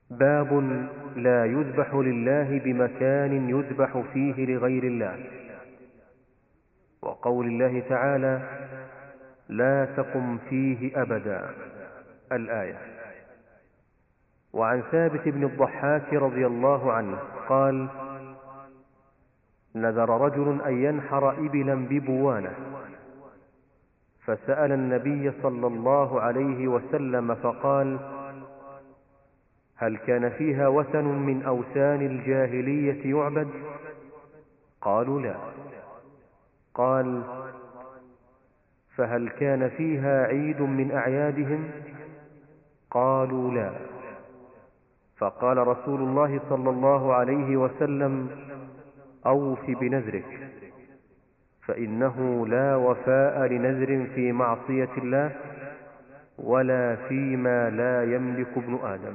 باب لا يذبح لله بمكان يذبح فيه لغير الله. وقول الله تعالى: لا تقم فيه أبدا، الآية. وعن ثابت بن الضحاك رضي الله عنه قال: نذر رجل أن ينحر إبلا ببوانة، فسأل النبي صلى الله عليه وسلم فقال: هل كان فيها وثن من أوثان الجاهلية يعبد؟ قالوا: لا. قال: فهل كان فيها عيد من أعيادهم؟ قالوا: لا. فقال رسول الله صلى الله عليه وسلم: أوف بنذرك، فإنه لا وفاء لنذر في معصية الله ولا فيما لا يملك ابن آدم.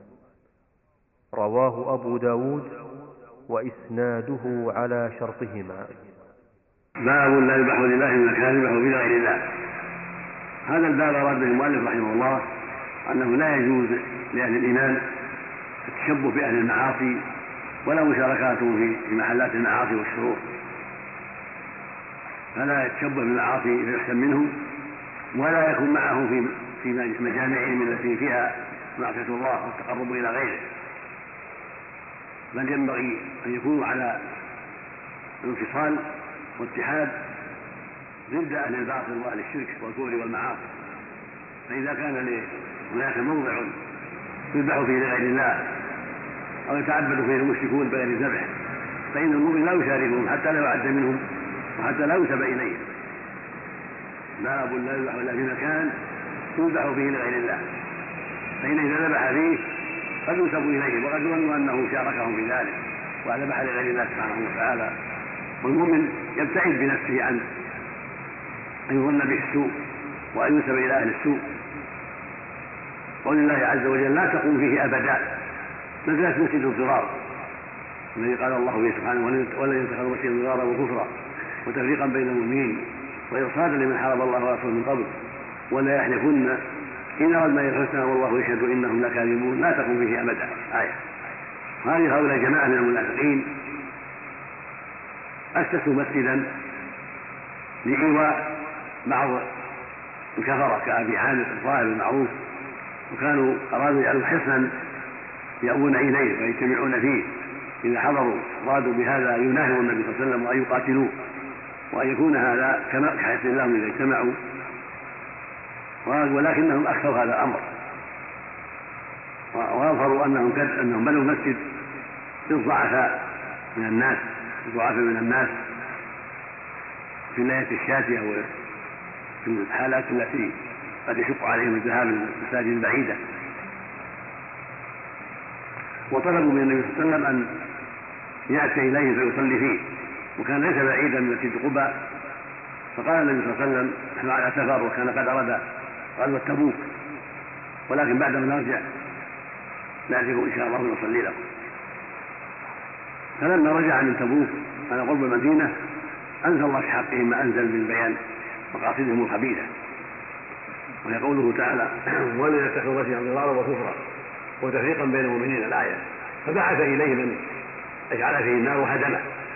رواه أبو داود وإسناده على شرطهما. باب لا يذبح لله بمكان يذبح به لغير الله. هذا الباب أراد به المؤلف رحمه الله أنه لا يجوز لأهل الإيمان التشبه بأهل المعاصي ولا مشاركاتهم في محلات المعاصي والشرور، فلا يتشبه بالمعاصي فيحسن منهم، ولا يكون معهم في مجامعهم التي فيها معصية الله والتقرب إلى غيره، بل ينبغي أن يكونوا على انفصال واتحاد ضد أهل الباطل وأهل الشرك والكفر والمعاصي. فإذا كان هناك موضع يذبح فيه لغير الله أو يتعبد فيه المشركون بغير الذبح، فإن المؤمن لا يشاركهم حتى لا يعد منهم وحتى لا ينسب إليه. باب لا يذبح إلا في مكان يذبح فيه لغير الله، فإن إذا ذبح فيه قد ينسب إليه وقد ظنوا أنه شاركهم في ذلك وذبح لغير الله سبحانه وتعالى. والمؤمن يبتعد بنفسه عن أن يظن به السوء وأن ينسب إلى أهل السوء. قول الله عز وجل: لا تقوم فيه أبدا، نزلت مسجد الضرار الذي قال الله فيه سبحانه: ولن يتخذ مسجد ضرارا وكفرا وتفريقا بين المؤمنين وإرصادا لمن حارب الله ورسوله من قبل ولا يحلفن إن أردنا إلى الحسنى والله يشهد إنهم لكاذبون لا تقوم فيه أبدا، آية. هؤلاء جماعة من المنافقين أسسوا مسجدا لإيواء بعض الكفرة كأبي عامر الظاهر المعروف، وكانوا أرادوا يجعلوا حصنا يأوون إليه ويجتمعون فيه إذا حضروا، أرادوا بهذا يناهوا النبي صلى الله عليه وسلم وأن يقاتلوه، وأن يكون هذا كحصن لهم إذا اجتمعوا، ولكنهم أخفوا هذا الأمر وأظهروا أنهم بنوا مسجد للضعفاء من الناس، في الآية الشاتية وفي الحالات التي قد يشق عليهم الذهاب للمساجد البعيدة. وطلبوا من النبي صلى الله عليه وسلم أن يأتي إليه فيصلي فيه، وكان ليس بعيدا من مسجد قباء. فقال النبي صلى الله عليه وسلم: نحن على سفر، وكان قد أراد غزوة تبوك، ولكن بعد ما نرجع نأتيكم إن شاء الله ونصلي لكم. فلما رجع من تبوك على قرب المدينة أنزل الله في حقهم ما أنزل من بيان مقاصدهم الخبيثة، وهي قوله تعالى: ولا يتخذ مسجدا ضرارا وكفرا وتفريقا بين المؤمنين، الآية. فبعث إليه من أشعل فيه النار وهدمه.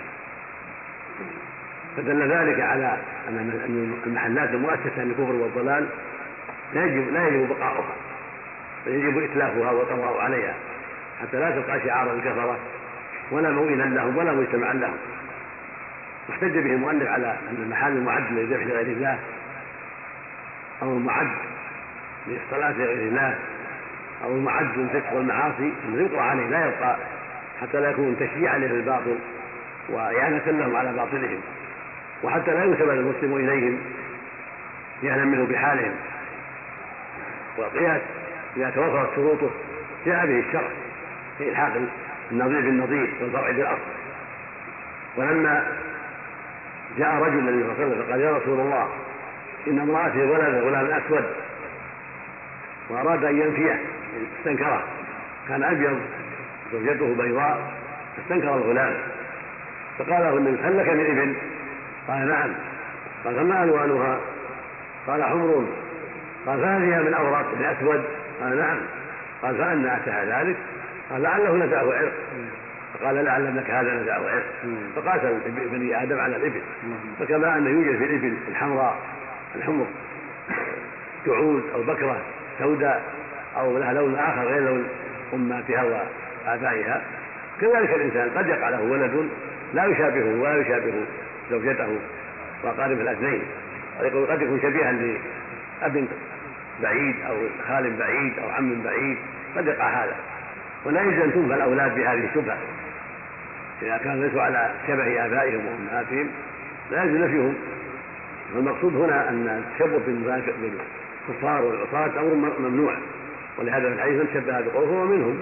فدل ذلك على أن المحلات المؤسسة للكفر والضلال لا يجب بقاؤها، بل يجب إتلافها والقضاء عليها حتى لا تبقى شعارا الكفرة ولا موئلا لهم ولا مجتمعا لهم. واحتج به المؤلف على أن المحال المعد للذبح لغير الله أو المعد للصلاة لغير الله أو المعد للفسق والمعاصي أنه يقرأ عليه، لا يبقى حتى لا يكون تشجيعا للباطل وإعانة لهم على باطلهم، وحتى لا ينسب المسلم إليهم جهلا منه بحالهم. والقياس إذا توفرت شروطه جاء به الشرع في إلحاق النظير بالنظير والفرع بالأصل. ولما جاء رجل النبي صلى الله عليه وسلم فقال: يا رسول الله، إن امرأتي ولد غلام أسود وأراد أن ينفيه، استنكره، كان أبيض زوجته بيضاء، فاستنكر الغلام. فقال له النبي: هل لك من ابن؟ قال: نعم. قال: فما ألوانها؟ قال: حمر. قال: فهل هي من أوراق الأسود؟ قال: نعم. قال: فأنى أتاها ذلك؟ قال لعله نزعه عرق، فقال لعل ابنك هذا نزعه عرق، فقاتل بني آدم على الإبل. فكما أن يوجد في الإبل الحمراء الحمر جعود أو بكرة سوداء أو لها لون آخر غير لون أمهاتها وآبائها، كذلك الإنسان قد يقع له ولد لا يشابهه ولا يشابه زوجته وأقاربه الأثنين، قد يكون شبيها لأب بعيد أو خال بعيد أو عم بعيد، قد يقع هذا. ولا يجوز أن تنفى الأولاد بهذه الشبهة إذا كانوا ليسوا على شبه آبائهم وأمهاتهم، لا يجوز نفيهم. والمقصود هنا أن التشبه بالكفار والعصاة أمر ممنوع، ولهذا في الحديث من شبه بقوم هو منهم.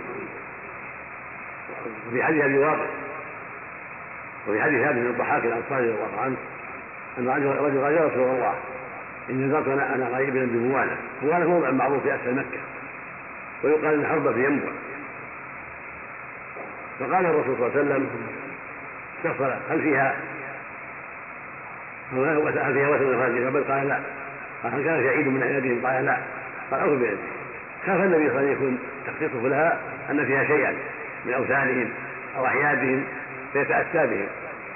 وفي حديث أبي واقع وفي حديث هذا من الضحاك الأنصاري رضي الله عنه أن رجل قال يا رسول الله إني نذرت أنا غائبا بموالة. موالة موضع معروف في أسفل مكة ويقال إن حربة في ينبع. فقال الرسول صلى الله عليه وسلم استغفر هل فيها وثن خارج قبل؟ قال لا. قال هل كان في عيد من أعيادهم؟ قال لا. قال أوفوا بعيد. خاف النبي صلى الله عليه وسلم يكون تخصيصه لها أن فيها شيئا من أوثانهم أو أحيادهم فيتأسى بهم،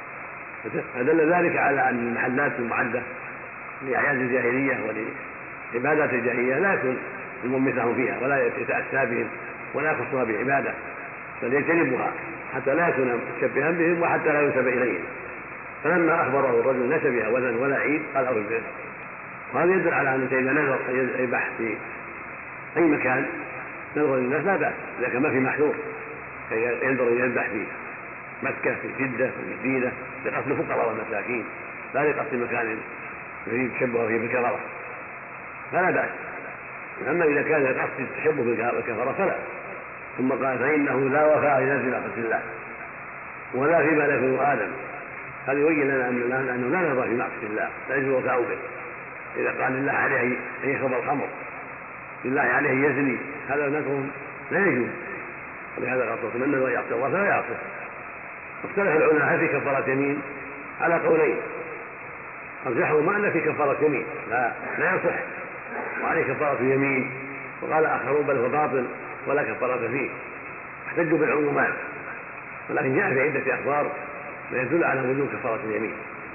فدل ذلك على أن المحلات المعدة لأعياد الجاهلية ولعبادات الجاهلية لا يكون الممثل فيها ولا يتأسى بهم ولا يخصها بعبادة، بل يجتنبها حتى لا يكون مشبها بهم وحتى لا ينسب إليهم. فلما أخبره الرجل ليس بها وثن ولا عيد قال أوفوا بعيد. وهذا يدل على أن إذا نذر يذبح في أي مكان نذر للناس لا بأس إذا كان ما في محذور، ينذر يذبح في مكة في جدة في المدينة لقصد الفقراء والمساكين لا لقصد مكان يريد تشبه فيه بالكفرة فلا بأس. أما إذا كان لقصد التشبه بالكفرة فلا. ثم قال فإنه لا وفاء لنذر معصية الله ولا فيما لا يكون آدم. هذا يبين لنا أنه لا نرضى في معصية الله، لا يجوز الوفاء به. إذا قال لله عليه أن يشرب الخمر، لله عليه أن يزني، هذا نذر لا يجوز. ولهذا قال من نذر يعصي الله فلا يعصيه. اختلف العلماء هل في كفارة يمين على قولين. أرجحوا ما أن في كفارة يمين لا يصح وعليه كفارة يمين، وقال آخرون بل هو باطل ولا كفارة فيه، احتجوا بالعمومات. ولكن جاء في عدة أخبار ما يدل على وجوب كفارة اليمين.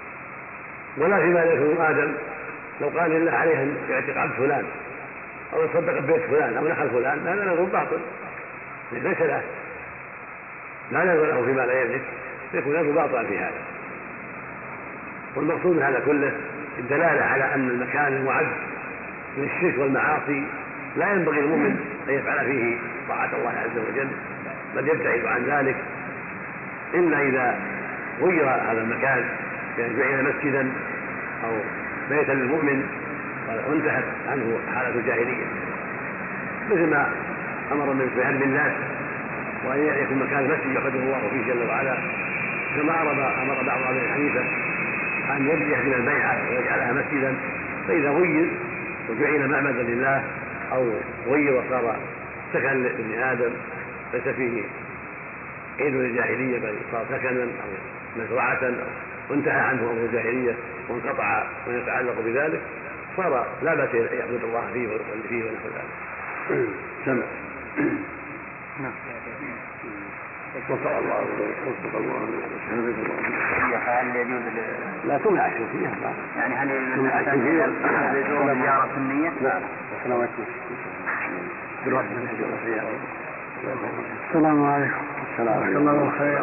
ولا فيما لا يكون آدم، لو قال لله عليه أن يعتق عبد فلان أو يصدق ببيت فلان أو نخل فلان هذا نذر باطل ليس له، لا نذر له فيما لا يملك، يكون نذر باطلا في هذا. والمقصود من هذا كله الدلالة على أن المكان المعد من الشرك والمعاصي لا ينبغي المؤمن أن يفعل فيه طاعة الله عز وجل، بل يبتعد عن ذلك إلا إذا غير هذا المكان بأن جعل مسجدا أو بيتا للمؤمن وانتهت عنه حالة الجاهلية، مثل ما أمر النبي صلى الله عليه وسلم بالناس وأن يكون مكان مسجد يعبده الله فيه جل وعلا، كما أمر بعض أهل حنيفة أن يهدم البيعة ويجعلها مسجدا. فإذا غير وجعل معبدا لله أو غير وصار سكن لابن آدم ليس فيه عيد الجاهلية بل صار سكنا أو مزرعة وانتهى عنه أمر الجاهلية وانقطع ما يتعلق بذلك، صار لا بأس أن يعبد الله فيه ويصلي فيه ونحو ذلك. سمع. وفق الله وفق الله هل يجوز لا تمنع الشوفية يعني هل يجوز زيارة النية؟ نعم. السلام عليكم. السلام عليكم. الله خير.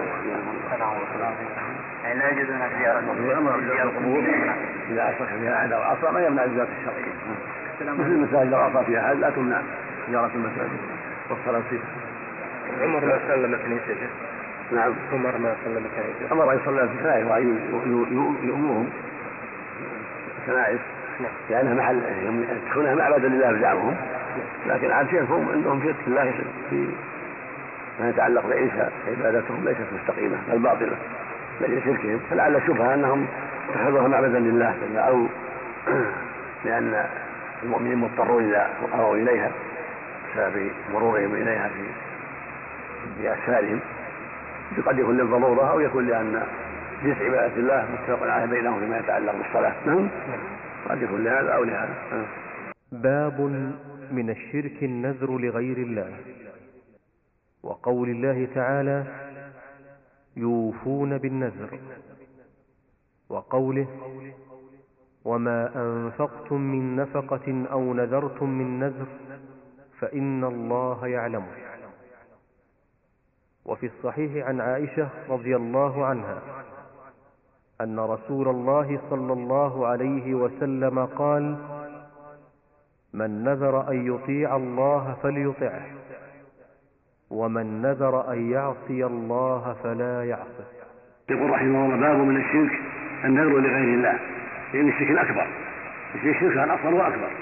يعني لا يجوز هناك زيارة القبور إذا أشرك فيها أحد أو عصى ما يمنع الزيارة الشرعية. مثل المساجد لو عصى فيها أحد لا تمنع زيارة المساجد والصلاة فيها. عمر ما سلم كنيسته. نعم. عمر ما سلم كنيسته. أمر أن يصلي في الكنائس ويؤمرهم الكنائس لأنها محل تكونها معبدا لله بزعمهم، لكن عاد شيخهم عندهم شرك الله في ما يتعلق بعيسى عبادتهم ليست مستقيمة بل باطلة لأجل شركهم، فلعل الشبهة أنهم اتخذوها معبدا لله أو لأن المؤمنين مضطرون إذا أو إليها بسبب مرورهم إليها في أسفارهم، قد يكون للضرورة أو يكون لأن جنس عبادة الله متفق عليه بينهم فيما يتعلق بالصلاة. نعم. قد يكون لهذا أو لهذا. باب من الشرك النذر لغير الله. وقول الله تعالى يوفون بالنذر، وقوله وما أنفقتم من نفقة أو نذرتم من نذر فإن الله يعلمه. وفي الصحيح عن عائشة رضي الله عنها أن رسول الله صلى الله عليه وسلم قال من نذر أن يطيع الله فليطعه، ومن نذر أن يعصي الله فلا يعصه. يقول رحمه الله باب من الشرك النذر لغير الله، لأن الشرك الأكبر، الشرك الأصغر وأكبر.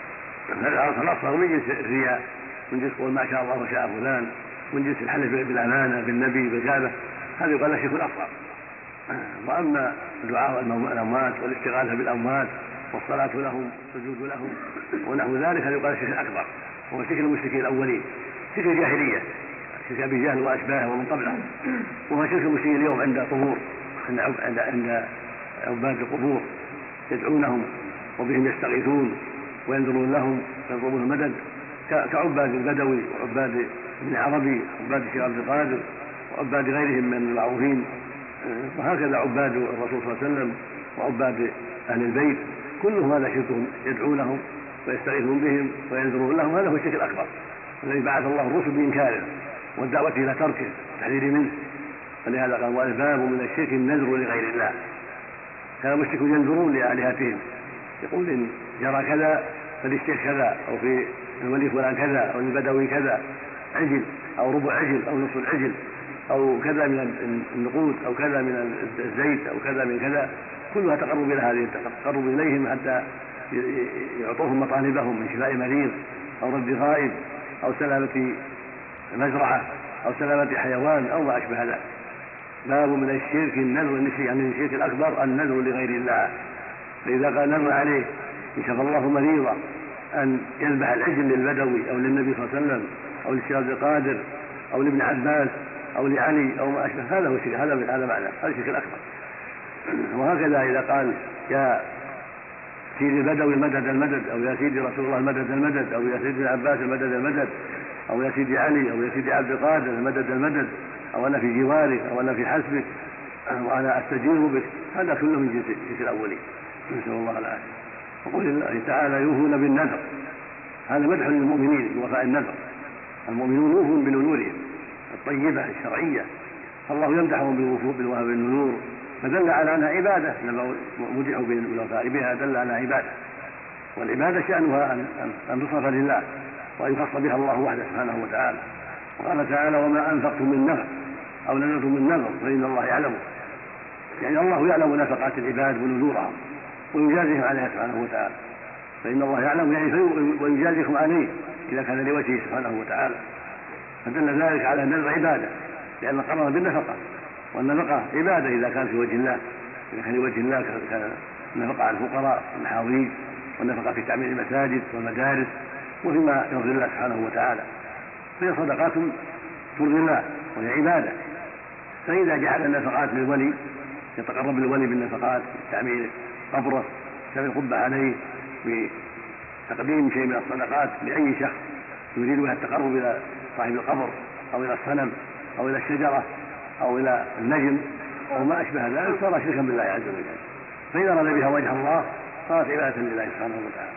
الأصغر من جنس الرياء، من جنس قول ما شاء الله وشاء فلان، من جنس الحلف بالأمانة بالنبي بالكعبة، هذا يقال له الشرك الأصغر. وأما دعاء الأموات والاستغاثة بالأموات والصلاة لهم والسجود لهم ونحو ذلك هذا يقال الشرك الأكبر، وهو شرك المشركين الأولين، شرك الجاهلية، شرك أبي جهل وأشباهه ومن قبله، وهو شرك المشركين اليوم عند القبور، عند عباد القبور يدعونهم وبهم يستغيثون وينذرون لهم ويطلبون المدد كعباد البدوي وعباد ابن عربي وعباد الشيخ عبد القادر وعباد غيرهم من المعروفين، وهكذا عباد الرسول صلى الله عليه وسلم وعباد أهل البيت، كلهم هذا شركهم، يدعونهم ويستغيثون بهم وينذرون لهم، هذا هو الشرك الأكبر الذي بعث الله الرسل بإنكاره والدعوة إلى تركه والتحذير منه. فلهذا قال والباب من الشرك النذر لغير الله. كان المشركون ينذرون لآلهتهم، يقول إن جرى كذا فللشيخ كذا، أو في الولي فلان كذا، أو البدوي كذا عجل، أو ربع عجل، أو نصف العجل، أو كذا من النقود، أو كذا من الزيت، أو كذا من كذا، كلها تقرب إلى هذه، تقرب إليهم حتى يعطوهم مطالبهم من شفاء مريض أو رد غائب أو سلامة مزرعة أو سلامة حيوان أو ما أشبه ذلك. باب من الشرك النذر، يعني الشرك الأكبر النذر لغير الله. فإذا قال نذر عليه إن شفى الله مريضا أن يذبح العجل للبدوي أو للنبي صلى الله عليه وسلم أو للشيخ عبد القادر أو لابن عباس أو لعلي أو ما أشبه، هذا هو الشرك، هذا معنى هذا الشرك الأكبر. وهكذا إذا قال يا سيدي البدوي المدد المدد، أو يا سيدي رسول الله المدد المدد، أو يا سيدي عباس المدد المدد، أو يا سيدي علي، أو يا سيدي عبد القادر المدد المدد، أو أنا في جوارك، أو أنا في حسبك، وأنا أستجير بك، هذا كله من جنس الشرك الأولي، نسأل الله العافية. وقول الله تعالى يوفون بالنذر، هذا مدح للمؤمنين بوفاء النذر. المؤمنون يوفون بنذورهم الطيبة الشرعية، فالله يمدحهم بالوفاء بالنذور، فدل على أنها عبادة. لما مدحوا بالوفاء بها دل على عبادة، والعبادة شأنها أن تصرف لله وأن يخص بها الله وحده سبحانه وتعالى. وقال تعالى وما أنفقتم من نفق أو نذرتم من نذر فإن الله يعلمه، يعني الله يعلم نفقات العباد ونذورهم ويجازيهم عليها سبحانه وتعالى، فإن الله يعلم يعني ويجازيكم عليه إذا كان لوجهه سبحانه وتعالى. فدل ذلك على أن النذر عبادة، لأن قرر بالنفقة، والنفقة عبادة إذا كان في وجه الله، إذا كان لوجه الله كان النفقة على الفقراء والحاويج، والنفقة في تعمير المساجد والمدارس وفيما يرضي الله سبحانه وتعالى، فهي صدقات ترضي الله وهي عبادة. فإذا جعل النفقات للولي يتقرب للولي بالنفقات، تعمير قبره، سبب القبة عليه، بتقديم شيء من الصدقات لأي شخص يريد بها التقرب إلى صاحب القبر أو إلى الصنم أو إلى الشجرة أو إلى النجم أو ما أشبه ذلك، صار شركا بالله عز وجل. فإذا أراد بها وجه الله صارت عبادة لله سبحانه وتعالى.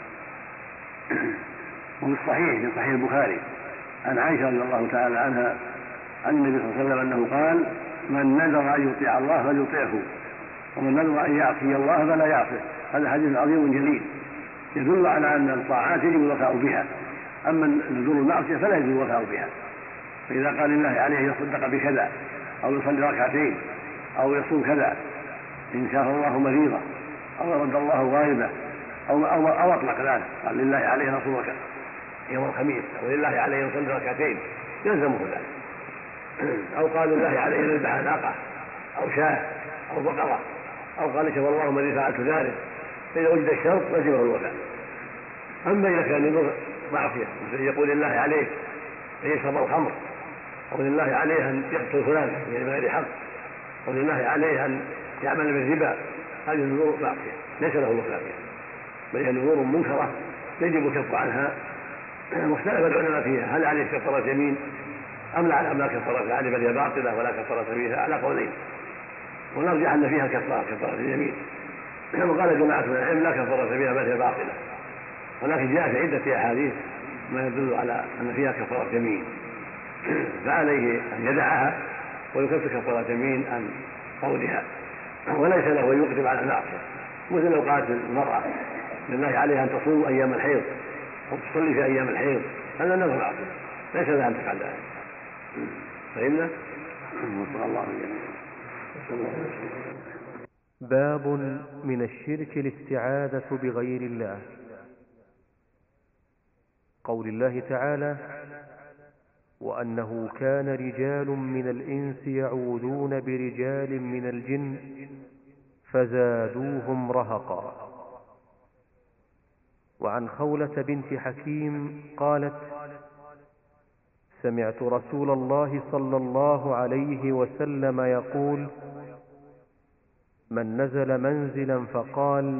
وفي الصحيح في صحيح البخاري عن عائشة رضي الله تعالى عنها عن النبي صلى الله عليه وسلم أنه قال من نذر أن يطيع الله فليطيعه، ومن نذر أن يعصي الله فلا يعصيه. هذا حديث عظيم جليل يدل على أن الطاعات يجب الوفاء بها، أما نذور المعصية فلا يجب الوفاء بها. فإذا قال لله عليه يصدق بكذا أو يصلي ركعتين أو يصوم كذا، إن شاف الله مريضا أو رد الله غائبا أو أطلق ذلك، قال لله عليه نصوم يوم الخميس أو لله عليه يصلي ركعتين يلزمه ذلك، أو قال لله عليه يذبح ناقة أو شاة أو بقرة، أو قال شفى الله من فعلت ذلك، فإذا وجد الشرط لزمه الوفاء. أما إذا كان نذر معصية مثل يقول لله عليه أن يشرب الخمر، أو لله عليه أن يقتل فلان يعني بغير حق، أو لله عليه أن يعمل بالربا، هذه النذور معصية ليس له الوفاء بها، بل هي نذور منكرة يجب الكف عنها. واختلف العلماء فيها، هل عليه كفارة يمين أم لا كفارة يعني بل هي باطلة ولا كفارة فيها على قولين، ونرجح أن فيها كفارة اليمين. وقال جماعة من العلم لا كفارة فيها بل هي باطلة، ولكن جاء في عدة أحاديث ما يدل على أن فيها كفارة يمين، فعليه أن يدعها ويكفر كفارة يمين عن قولها، وليس له أن يقدم على المعصية. مثل لو قالت المرأة لله عليها أن تصوم أيام الحيض أو تصلي في أيام الحيض، هذا نذر معصية ليس لها أن تفعل ذلك. فهمنا؟ وصلى الله عليه. باب من الشرك الاستعاذة بغير الله. قول الله تعالى: وأنه كان رجال من الإنس يعوذون برجال من الجن فزادوهم رهقا. وعن خولة بنت حكيم قالت: سمعت رسول الله صلى الله عليه وسلم يقول: من نزل منزلا فقال: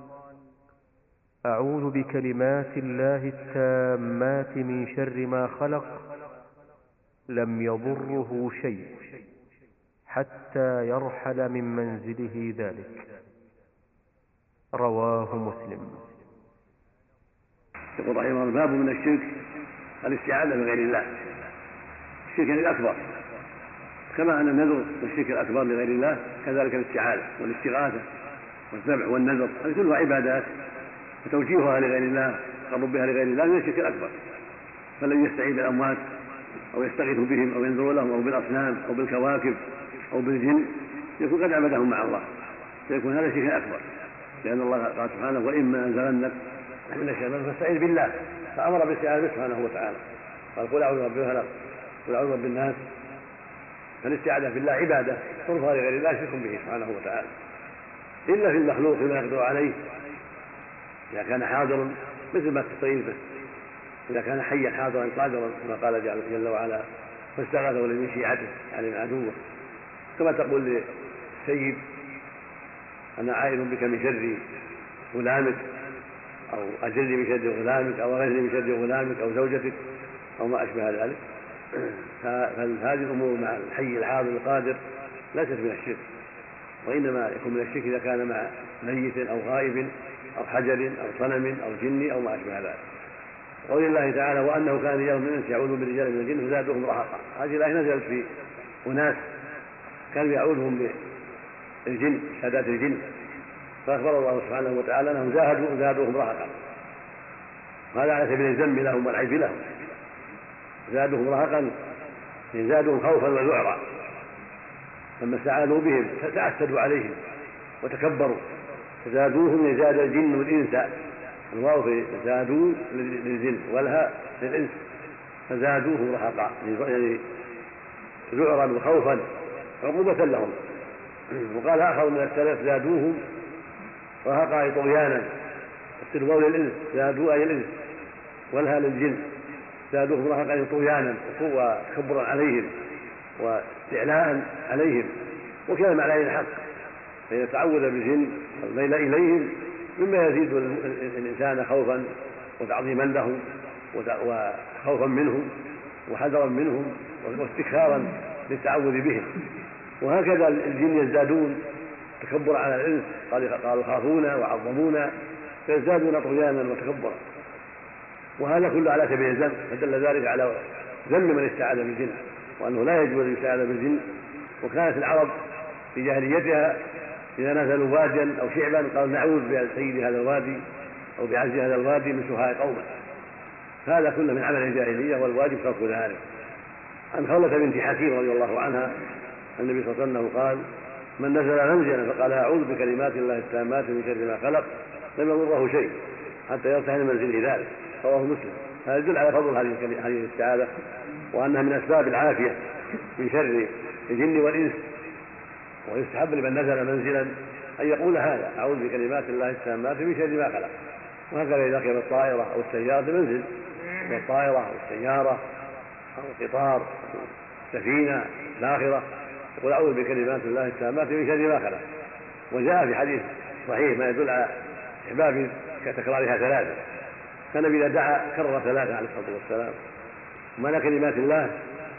أعوذ بكلمات الله التامات من شر ما خلق، لم يضره شيء حتى يرحل من منزله ذلك. رواه مسلم. يقول رحمه الله: باب من الشرك الاستعاذة بغير الله، الشرك الأكبر، كما أن النذر والشرك الأكبر لغير الله كذلك الاستعاذة والاستغاثة والذبح والنذر، هذه كلها عبادات، وتوجيهها لغير الله قرب بها لغير الله من الشرك الأكبر. فالذي يستعيذ بالأموات أو يستغيث بهم أو ينذر لهم أو بالأصنام أو بالكواكب أو بالجن يكون قد عبدهم مع الله، فيكون هذا شرك أكبر، لأن الله قال سبحانه: وإما أنزغنك من الشيطان فاستعذ بالله، فأمر بالاستعاذة سبحانه وتعالى، قال: قل أعوذ برب الفلق قل أعوذ برب الناس. فالاستعاذة بالله عبادة، صرفها لغير الله شرك به سبحانه وتعالى، إلا في المخلوق لا يقدر عليه، إذا كان حاضرا مثل ما تستغيث به، إذا كان حيا حاضرا قادرا كما قال جل وعلا: فاستغاثه من شيعته يعني من عدوه، كما تقول للسيد: أنا عائد بك من شر غلامك، أو أجرني من شر غلامك، أو أغثني من شر غلامك أو زوجتك أو ما أشبه ذلك. فهذه الأمور مع الحي الحاضر القادر ليست من الشرك، وإنما يكون من الشرك إذا كان مع ميت أو غائب أو حجر أو صنم أو جن أو ما أشبه ذلك. قول الله تعالى: وأنه كان رجال من الإنس يعوذون برجال من الجن فزادوهم رهقا، هذه الآية نزلت في أناس كانوا يعوذهم بالجن شهادات الجن، فأخبر الله سبحانه وتعالى أنهم زادوهم رهقا، وهذا على سبيل الذم لهم والعيب لهم. زادوهم رهقا زادوهم خوفا وذعرا، لما استعاذوا بهم تأسدوا عليهم وتكبروا، فزادوهم زاد الجن والإنس، الواو في زادوا للجن والهاء للإنس، فزادوهم رهقا يعني ذعرا وخوفا عقوبة لهم. وقال آخر من السلف: زادوهم رهقا طغيانا، الواو للإنس زادوا أي الإنس، والهاء للجن، زادوهم رهقا طغيانا وتكبرا عليهم واستعلاء عليهم، وكان معنى الحق، فإذا تعوذ بالجن والميل إليهم مما يزيد الإنسان خوفا وتعظيما لهم وخوفا منهم وحذرا منهم واستكثارا للتعوذ بهم. وهكذا الجن يزدادون تكبرا على الإنس، قالوا خافونا وعظمونا، فيزدادون طغيانا وتكبرا، وهذا كله على سبيل الذم، فدل ذلك على ذم من استعاذ بالجن، وأنه لا يجوز أن يستعاذ بالجن. وكانت العرب في جاهليتها إذا نزلوا واديا أو شعبا قالوا: نعوذ بسيد هذا الوادي أو بعز هذا الوادي من سفهاء قومه. هذا كله من عمل الجاهلية، والواجب ترك ذلك. عن خولة بنت حكيم رضي الله عنها النبي صلى الله عليه وسلم قال: من نزل منزلا فقال: أعوذ بكلمات الله التامات من شر ما خلق، لم يضره شيء حتى يرتحل من منزله ذلك. رواه مسلم. هذا يدل على فضل هذه الاستعاذة، وأنها من أسباب العافية من شر الجن والإنس. ويستحب لمن نزل منزلا أن يقول هذا: أعوذ بكلمات الله التامات من شر ما خلق. وهكذا إذا كانت الطائرة أو السيارة منزل، الطائرة أو السيارة أو القطار أو السفينة الآخرة، يقول: أعوذ بكلمات الله التامات من شر ما خلق. وجاء في حديث صحيح ما يدل على استحباب كتكرارها ثلاثة، كان إذا دعا كرر ثلاثة عليه الصلاة والسلام. ومعنى كلمات الله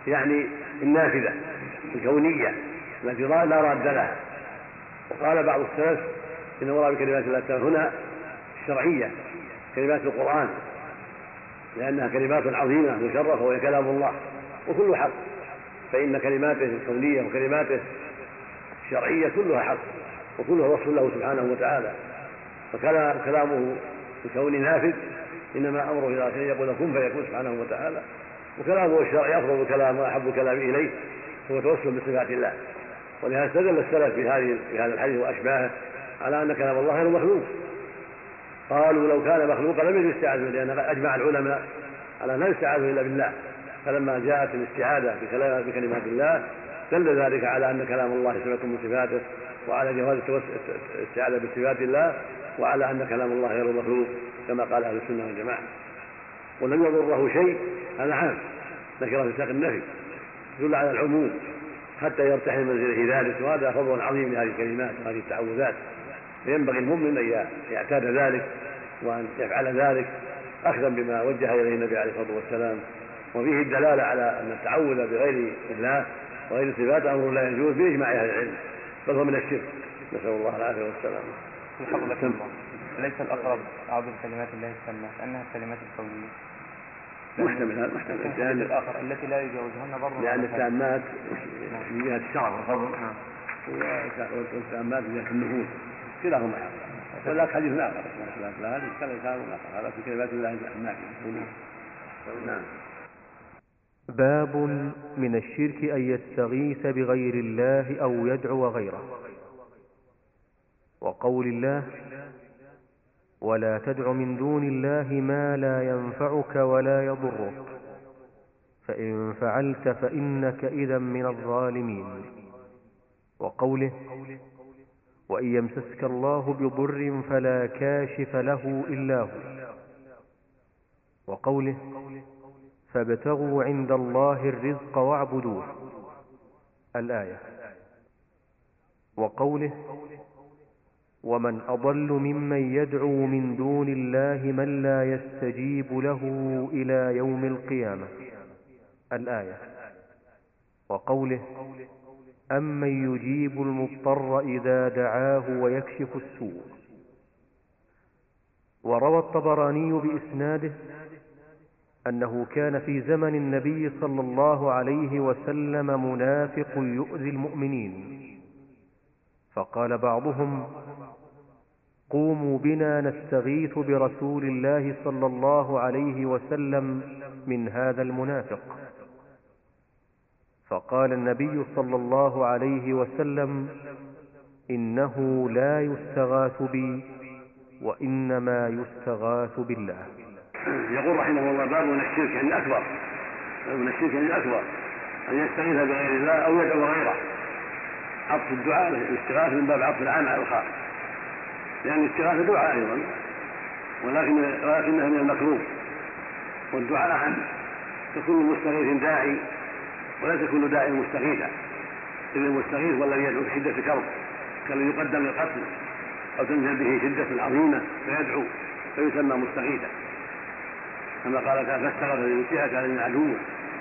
يعني النافذة الكونية التي لا راد لها. وقال بعض السلف إن مراد بكلمات الله التامة هنا الشرعية كلمات القرآن، لأنها كلمات عظيمة مشرفة وهي كلام الله وكل حق، فإن كلماته الكونية وكلماته الشرعية كلها حق وكلها وصف له سبحانه وتعالى. فكلامه الكوني نافذ إنما أمره إلى شيء يقول كن فيكون سبحانه وتعالى، وكلامه الشرعي أفضل الكلام وأحب الكلام إليه هو توسل بصفات الله. ولهذا استدل السلف في هذا الحديث وأشباهه على أن كلام الله غير مخلوق. قالوا لو كان مخلوقا لم يجوز الاستعاذة، لأن أجمع العلماء على لا يستعاذ إلا بالله، فلما جاءت الاستعاذة بكلمات الله دل ذلك على أن كلام الله صفة من صفاته، وعلى جواز الاستعاذة بصفات الله، وعلى أن كلام الله غير مخلوق كما قال أهل السنة والجماعة. ولم يضره شيء، هذا عام نكرة في سياق النفي تدل على العموم حتى يرتحل منزله ذلك، وهذا فضل عظيم لهذه الكلمات وهذه التعوذات. فينبغي المؤمن أن يعتاد ذلك وأن يفعل ذلك أخذا بما وجه إليه النبي عليه الصلاة والسلام. وفيه الدلالة على أن التعوذ بغير الله وغير صفات أمر لا يجوز بإجماع أهل العلم، بل هو من الشرك، نسأل الله العافية والسلامة. ليس الأقرب أعظم كلمات الله التامة أنها الكلمات الكونية؟ محتمل لأن الآخر التي لا يجوزهن برضه، لأن التامات من جهة الشرع والفضل والتامات من جهة النفوذ كلاهما حق. وذاك حديث آخر هذا كلام آخر، هذا في كلمات الله النافذة. نعم. باب من الشرك أن يستغيث بغير الله أو يدعو غيره. وقول الله ولا تدع من دون الله ما لا ينفعك ولا يضرك فإن فعلت فإنك إذا من الظالمين. وقوله وإن يمسسك الله بضر فلا كاشف له إلا هو. وقوله فابتغوا عند الله الرزق واعبدوه الآية. وقوله ومن أضل ممن يدعو من دون الله من لا يستجيب له إلى يوم القيامة الآية. وقوله أمن يجيب المضطر إذا دعاه ويكشف السوء. وروى الطبراني بإسناده أنه كان في زمن النبي صلى الله عليه وسلم منافق يؤذي المؤمنين، فقال بعضهم قوموا بنا نستغيث برسول الله صلى الله عليه وسلم من هذا المنافق. فقال النبي صلى الله عليه وسلم إنه لا يستغاث بي وإنما يستغاث بالله. يقول رحمه الله باب من الشرك يعني الأكبر، من الشرك يعني الأكبر أن يستغيث بغير الله أو يدعو غيره. عطف الدعاء الاستغاثة من باب عطف العام على الخاص، لأن الاستغاثة دعاء أيضا ولكنها من المكروه، والدعاء عام تكون المستغيث داعي ولا تكون داعي مستغيثا، إذ المستغيث والذي يدعو بشدة كرب كالذي يقدم القتل أو تنزل به شدة عظيمة فيدعو فيسمى مستغيثا، كما قال تعالى فاستغاث ليطيعك على من عدوه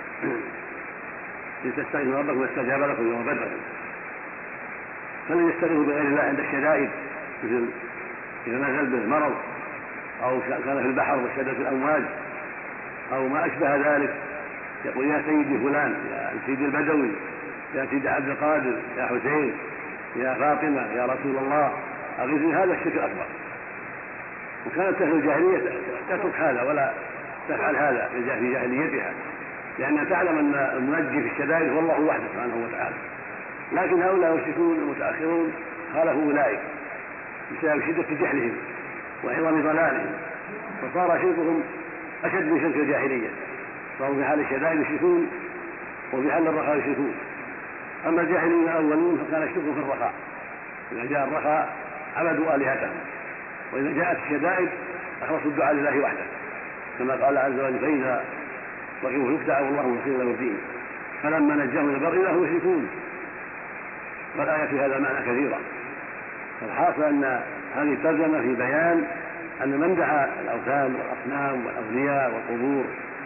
لتستغيثوا ربكم واستجاب لكم يوم بدر. فلن يستغيث بغير الله عند الشدائد، مثل إذا نزل به مرض أو كان في البحر وشدت الأمواج أو ما أشبه ذلك، يقول يا سيدي فلان، يا سيدي البدوي، يا سيدي عبد القادر، يا حسين، يا فاطمة، يا رسول الله أغيثني. هذا الشرك الأكبر. وكانت أهل الجاهلية تترك هذا ولا تفعل هذا في جاهليتها، لأنها تعلم أن المنجي في الشدائد هو الله وحده سبحانه وتعالى. لكن هؤلاء المشركون المتأخرون خالفوا أولئك بسبب شدة جهلهم وعظم ضلالهم، فصار شركهم أشد من شرك الجاهلية، صاروا في حال الشدائد يشركون وفي حال الرخاء يشركون. أما الجاهلين الأولون فكان الشرك في الرخاء، إذا جاء الرخاء عبدوا آلهتهم، وإذا جاءت الشدائد أخلصوا الدعاء لله وحده، كما قال عز وجل فإذا رغبوا يفتعوا الله مخير له الدين فلما نجاهم إلى البر إذا هم يشركون. والآية في هذا معنى كثيرا. فالحاصل أن هذه الترجمة في بيان أن من دعا الأوثان والأصنام والأولياء والقبور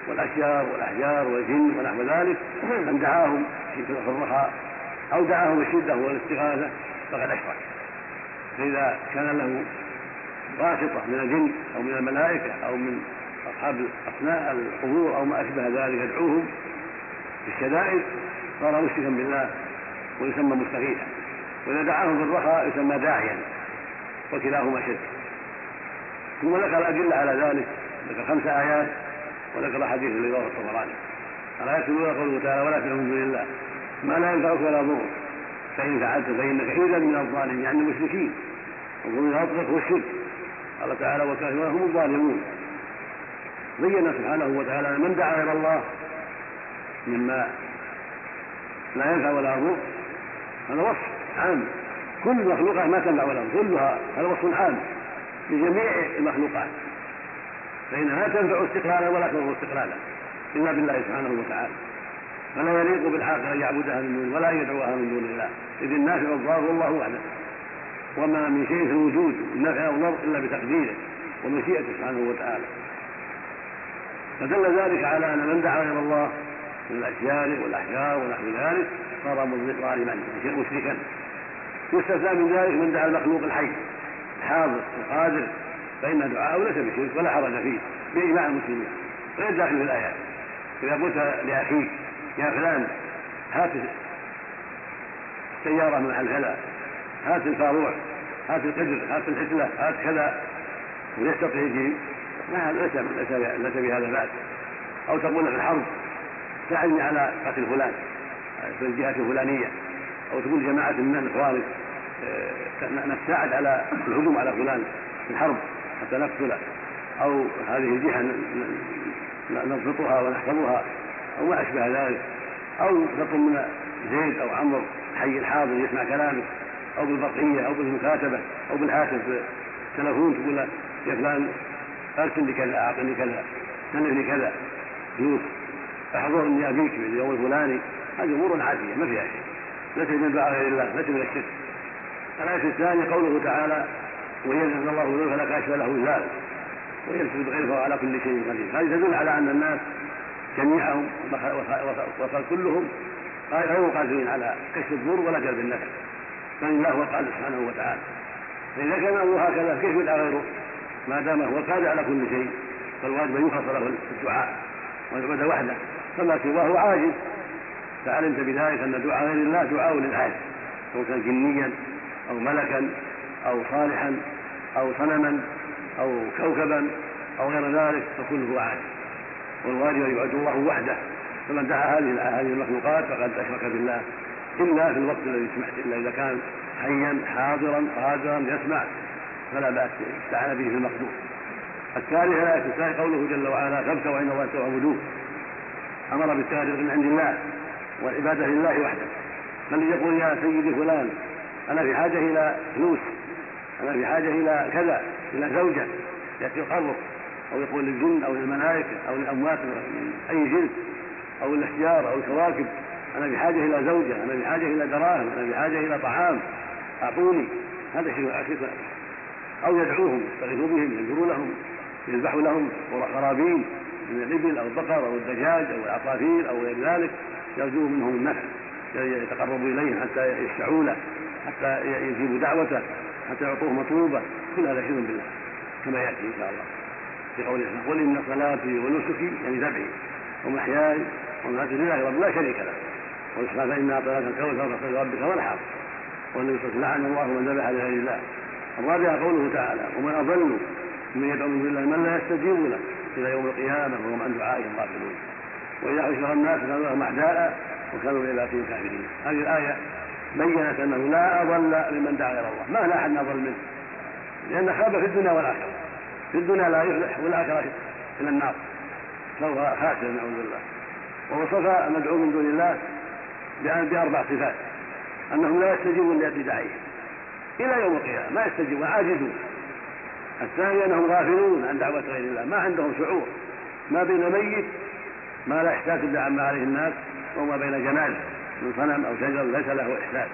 والأشجار والأحجار والجن ونحو ذلك، من دعاهم في الرخاء أو دعاهم الشدة والاستغاثة فقد أشرك. فإذا كان له واسطة من الجن أو من الملائكة أو من أصحاب أصناء القبور أو ما أشبه ذلك يدعوهم في الشدائد صار مشركا بالله ويسمى مستغيثا، وإذا دعاهم في الرخاء يسمى داعيا، وكلاهما شرك. ثم ذكر أدلة على ذلك، ذكر 5 آيات وذكر حديث اللي رواه الطبراني. الآيات الأولى قوله تعالى: ولا تدعوا من دون الله ما لا ينفعك ولا يضرك فإن فعلت فإنك إذا من الظالمين، يعني المشركين. والظلم الأطلق هو الشرك. قال تعالى: والكافرون هم الظالمون. بين سبحانه وتعالى من دعا إلى الله مما لا ينفع ولا يضر هذا وصف عام، كل المخلوقات ما تنفع ولا تضر كلها، هذا وصف عام لجميع المخلوقات، فإنها لا تنفع استقلالا ولا تضر استقلالا إلا بالله سبحانه وتعالى. فلا يليق بالعاقل أن يعبدها من دون ولا يدعوها من دون الله، إذ النافع والضار الله وحده، وما من شيء في الوجود من نفع أو ضر إلا بتقديره ومشيئته سبحانه وتعالى. فدل ذلك على أن من دعا إلى الله من الأشجار والأحجار ونحو ذلك صار ظالما مشركا. يستثنى من ذلك من دعا المخلوق الحي الحاضر القادر، فإن دعاءه ليس بشرك ولا حرج فيه بإجماع المسلمين، غير داخل في الآيات. إذا قلت لأخيك: يا فلان هات السيارة من محل كذا، هات الفاروع، هات القدر، هات الحسلة، هات كذا، ويستطيع يجيب، ليس بهذا بأس. أو تقول في الحرب: ساعدني على قتل فلان في الجهة الفلانية، أو تقول جماعة من إخوانك نساعد على الهجوم على فلان في الحرب حتى نقتله، أو هذه الجهة نضبطها ونحفظها، أو ما أشبه ذلك. أو تطلب من زيد أو عمرو حي الحاضر يسمع كلامك، أو بالبرقية أو بالمكاتبة أو بالهاتف تلفون تقول له: يا فلان أرسل لي كذا، أعطني كذا، سلف لي كذا فلوس، احضرني أبيك في اليوم الفلاني. هذه أمور عادية ما فيها شيء، ليس من دعاء غير الله، ليس من الشرك. الآية الثانية قوله تعالى: وإن يشأ الله ذنوب فلا كاشف له إلا هو ويمسك بغيره فهو على كل شيء قدير. هذه تدل على أن الناس جميعهم وصل كلهم غير قادرين على كشف الضر ولا جلب النفع، بل الله هو القادر سبحانه وتعالى. فإذا كان الله هكذا كيف يدعى غيره ما دام هو القادر على كل شيء؟ فالواجب أن يخلص له الدعاء ويعبد وحده، فما سواه عاجز. فعلمت بذلك أن دعاء غير الله دعاء للعاجز، سواء كان جنيا أو ملكا أو صالحا أو صنما أو كوكبا أو غير ذلك، فكله عاجز. والواجب أن يعبد الله وحده. فمن دعا هذه المخلوقات فقد أشرك بالله، إلا في الوقت الذي سمعت، إلا إذا كان حيا حاضرا قادرا يسمع فلا بأس استعان به في المقدور. الثالثة الآية الثانية قوله جل وعلا: فابتغوا عند الله تعبدوه. أمر بالتعبد من عند الله والعبادة لله وحده. من يقول: يا سيدي فلان أنا في حاجة إلى فلوس، أنا في حاجة إلى كذا، إلى زوجة، يأتي يقرب، أو يقول للجن أو للملائكة أو للأموات من أي جنس أو الأشجار أو الكواكب: أنا في حاجة إلى زوجة، أنا في حاجة إلى دراهم، أنا في حاجة إلى طعام أعطوني. هذا شيء أكثر. أو يدعوهم يستغيثوا بهم، ينذروا لهم، يذبحوا لهم قرابين من الإبل أو البقر أو الدجاج أو العصافير أو غير ذلك، يرجو منهم النفع، يتقربوا إليه حتى يشفعوا له، حتى يجيبوا دعوته، حتى يعطوه مطلوبة. كل هذا شرك بالله كما يأتي إن شاء الله في قوله: قل إن صلاتي ونسكي، يعني ذبحي ومحياي ومماتي لله رب لا شريك له، ويسمى فإن أعطيناك الكوثر فصل لربك وانحر. والنبي صلى الله عليه وسلم: لعن الله من ذبح لغير الله. الرابعة قوله تعالى: ومن أضل ممن يدعو من دون الله من لا يستجيب له إلى يوم القيامة وهم عن دعائهم غافلون. وإذا حشر الناس كانوا لهم أعداء وكانوا لعبادتهم كافرين. هذه الآية بينت أنه لا أضل لمن دعا إلى الله، ما لا أحد أضل منه، لأن خاب في الدنيا والآخرة. في الدنيا لا يفلح والآخرة إلى النار، فهو خاسر نعوذ بالله. ووصف المدعو من دون الله بأربع صفات: أنهم لا يستجيبون لدعائهم إلى يوم القيامة، ما يستجيبون، عاجزون. الثاني أنهم غافلون عن دعوة غير الله، ما عندهم شعور، ما بين ميت ما لا إحساس إلا عما عليه الناس، وما بين جمال من صنم أو شجر ليس له إحساس،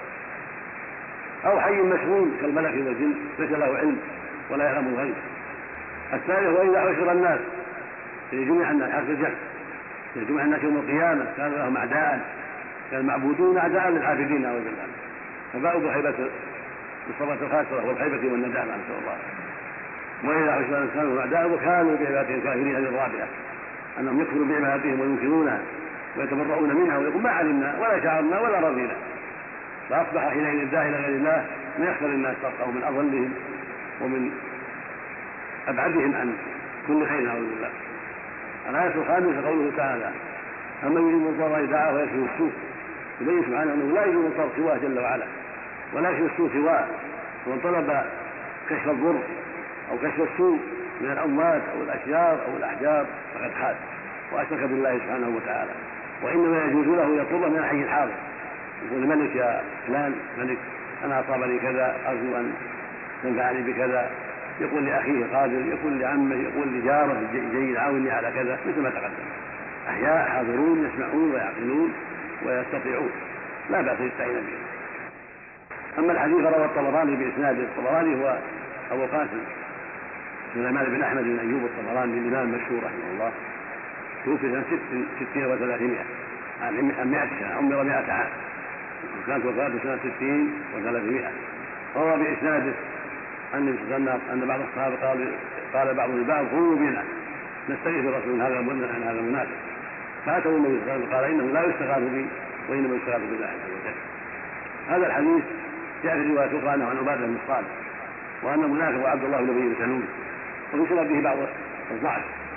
أو حي مشغول كالملك والجن ليس له علم ولا يعلم الغيب. الثالث: وإذا حشر الناس، يعني جميع الناس حرف الجمع، يجمع الناس يوم القيامة كانوا لهم أعداء، كان المعبودون أعداء للعابدين نعوذ بالله، فباءوا بخيبة بالصلاة الخاسرة والخيبة والندامة نسأل الله. وإذا حشر الإنسان أعداء وكانوا بعبادهم كافرين. هذه الرابعة أنهم يكفروا بعبادهم وينكرونها ويتبرؤون منها ويقول ما علمنا ولا شعرنا ولا رضينا، فأصبح حينئذ الداعي إلى غير الله من أكثر الناس شرقا ومن أضلهم ومن أبعدهم عن كل خير نعوذ بالله. الآية الخامسة قوله تعالى أما يريد المضطر دعاه ويكفي السوء، يبين سبحانه أنه لا يريد المضطر سواه جل وعلا ولا يكفي السوء سواه، ومن طلب كشف الضر أو كشف السوء من الأموات أو الأشجار أو الأحجار فقد حاد وأشرك بالله سبحانه وتعالى. وإنما يجوز له يطلبه من الحي الحاضر، يقول الملك يا فلان ملك أنا أصابني كذا أرجو أن تنفعني بكذا، يقول لأخيه قادر، يقول لعمه، يقول لجاره جيد عاوني على كذا، مثل ما تقدم. أحياء حاضرون يسمعون ويعقلون ويستطيعون، لا بأس يستعين به. أما الحديث روى الطبراني بإسناده، الطبراني هو أبو قاسم سليمان بن أحمد بن أيوب الطبراني الإمام المشهور رحمه الله، توفي سنة 60 و300 عن 100 سنة، عمر 100 عام، وكانت وفاته سنة 60 و300. روى بإسناده أن بعض الصحابة قال بعضهم البعض قولوا بنا نستغيث الرسول هذا هذا المنافق، فأتوا النبي صلى الله عليه وسلم قال إنه لا يستغاث بي وإنما يستغاث بالله عز وجل. هذا الحديث جاء في رواية أخرى أنه عن عبادة بن الصالح وأن المنافق وعبد الله بن أبي بن سلول، وفي سنده بعض الضعف.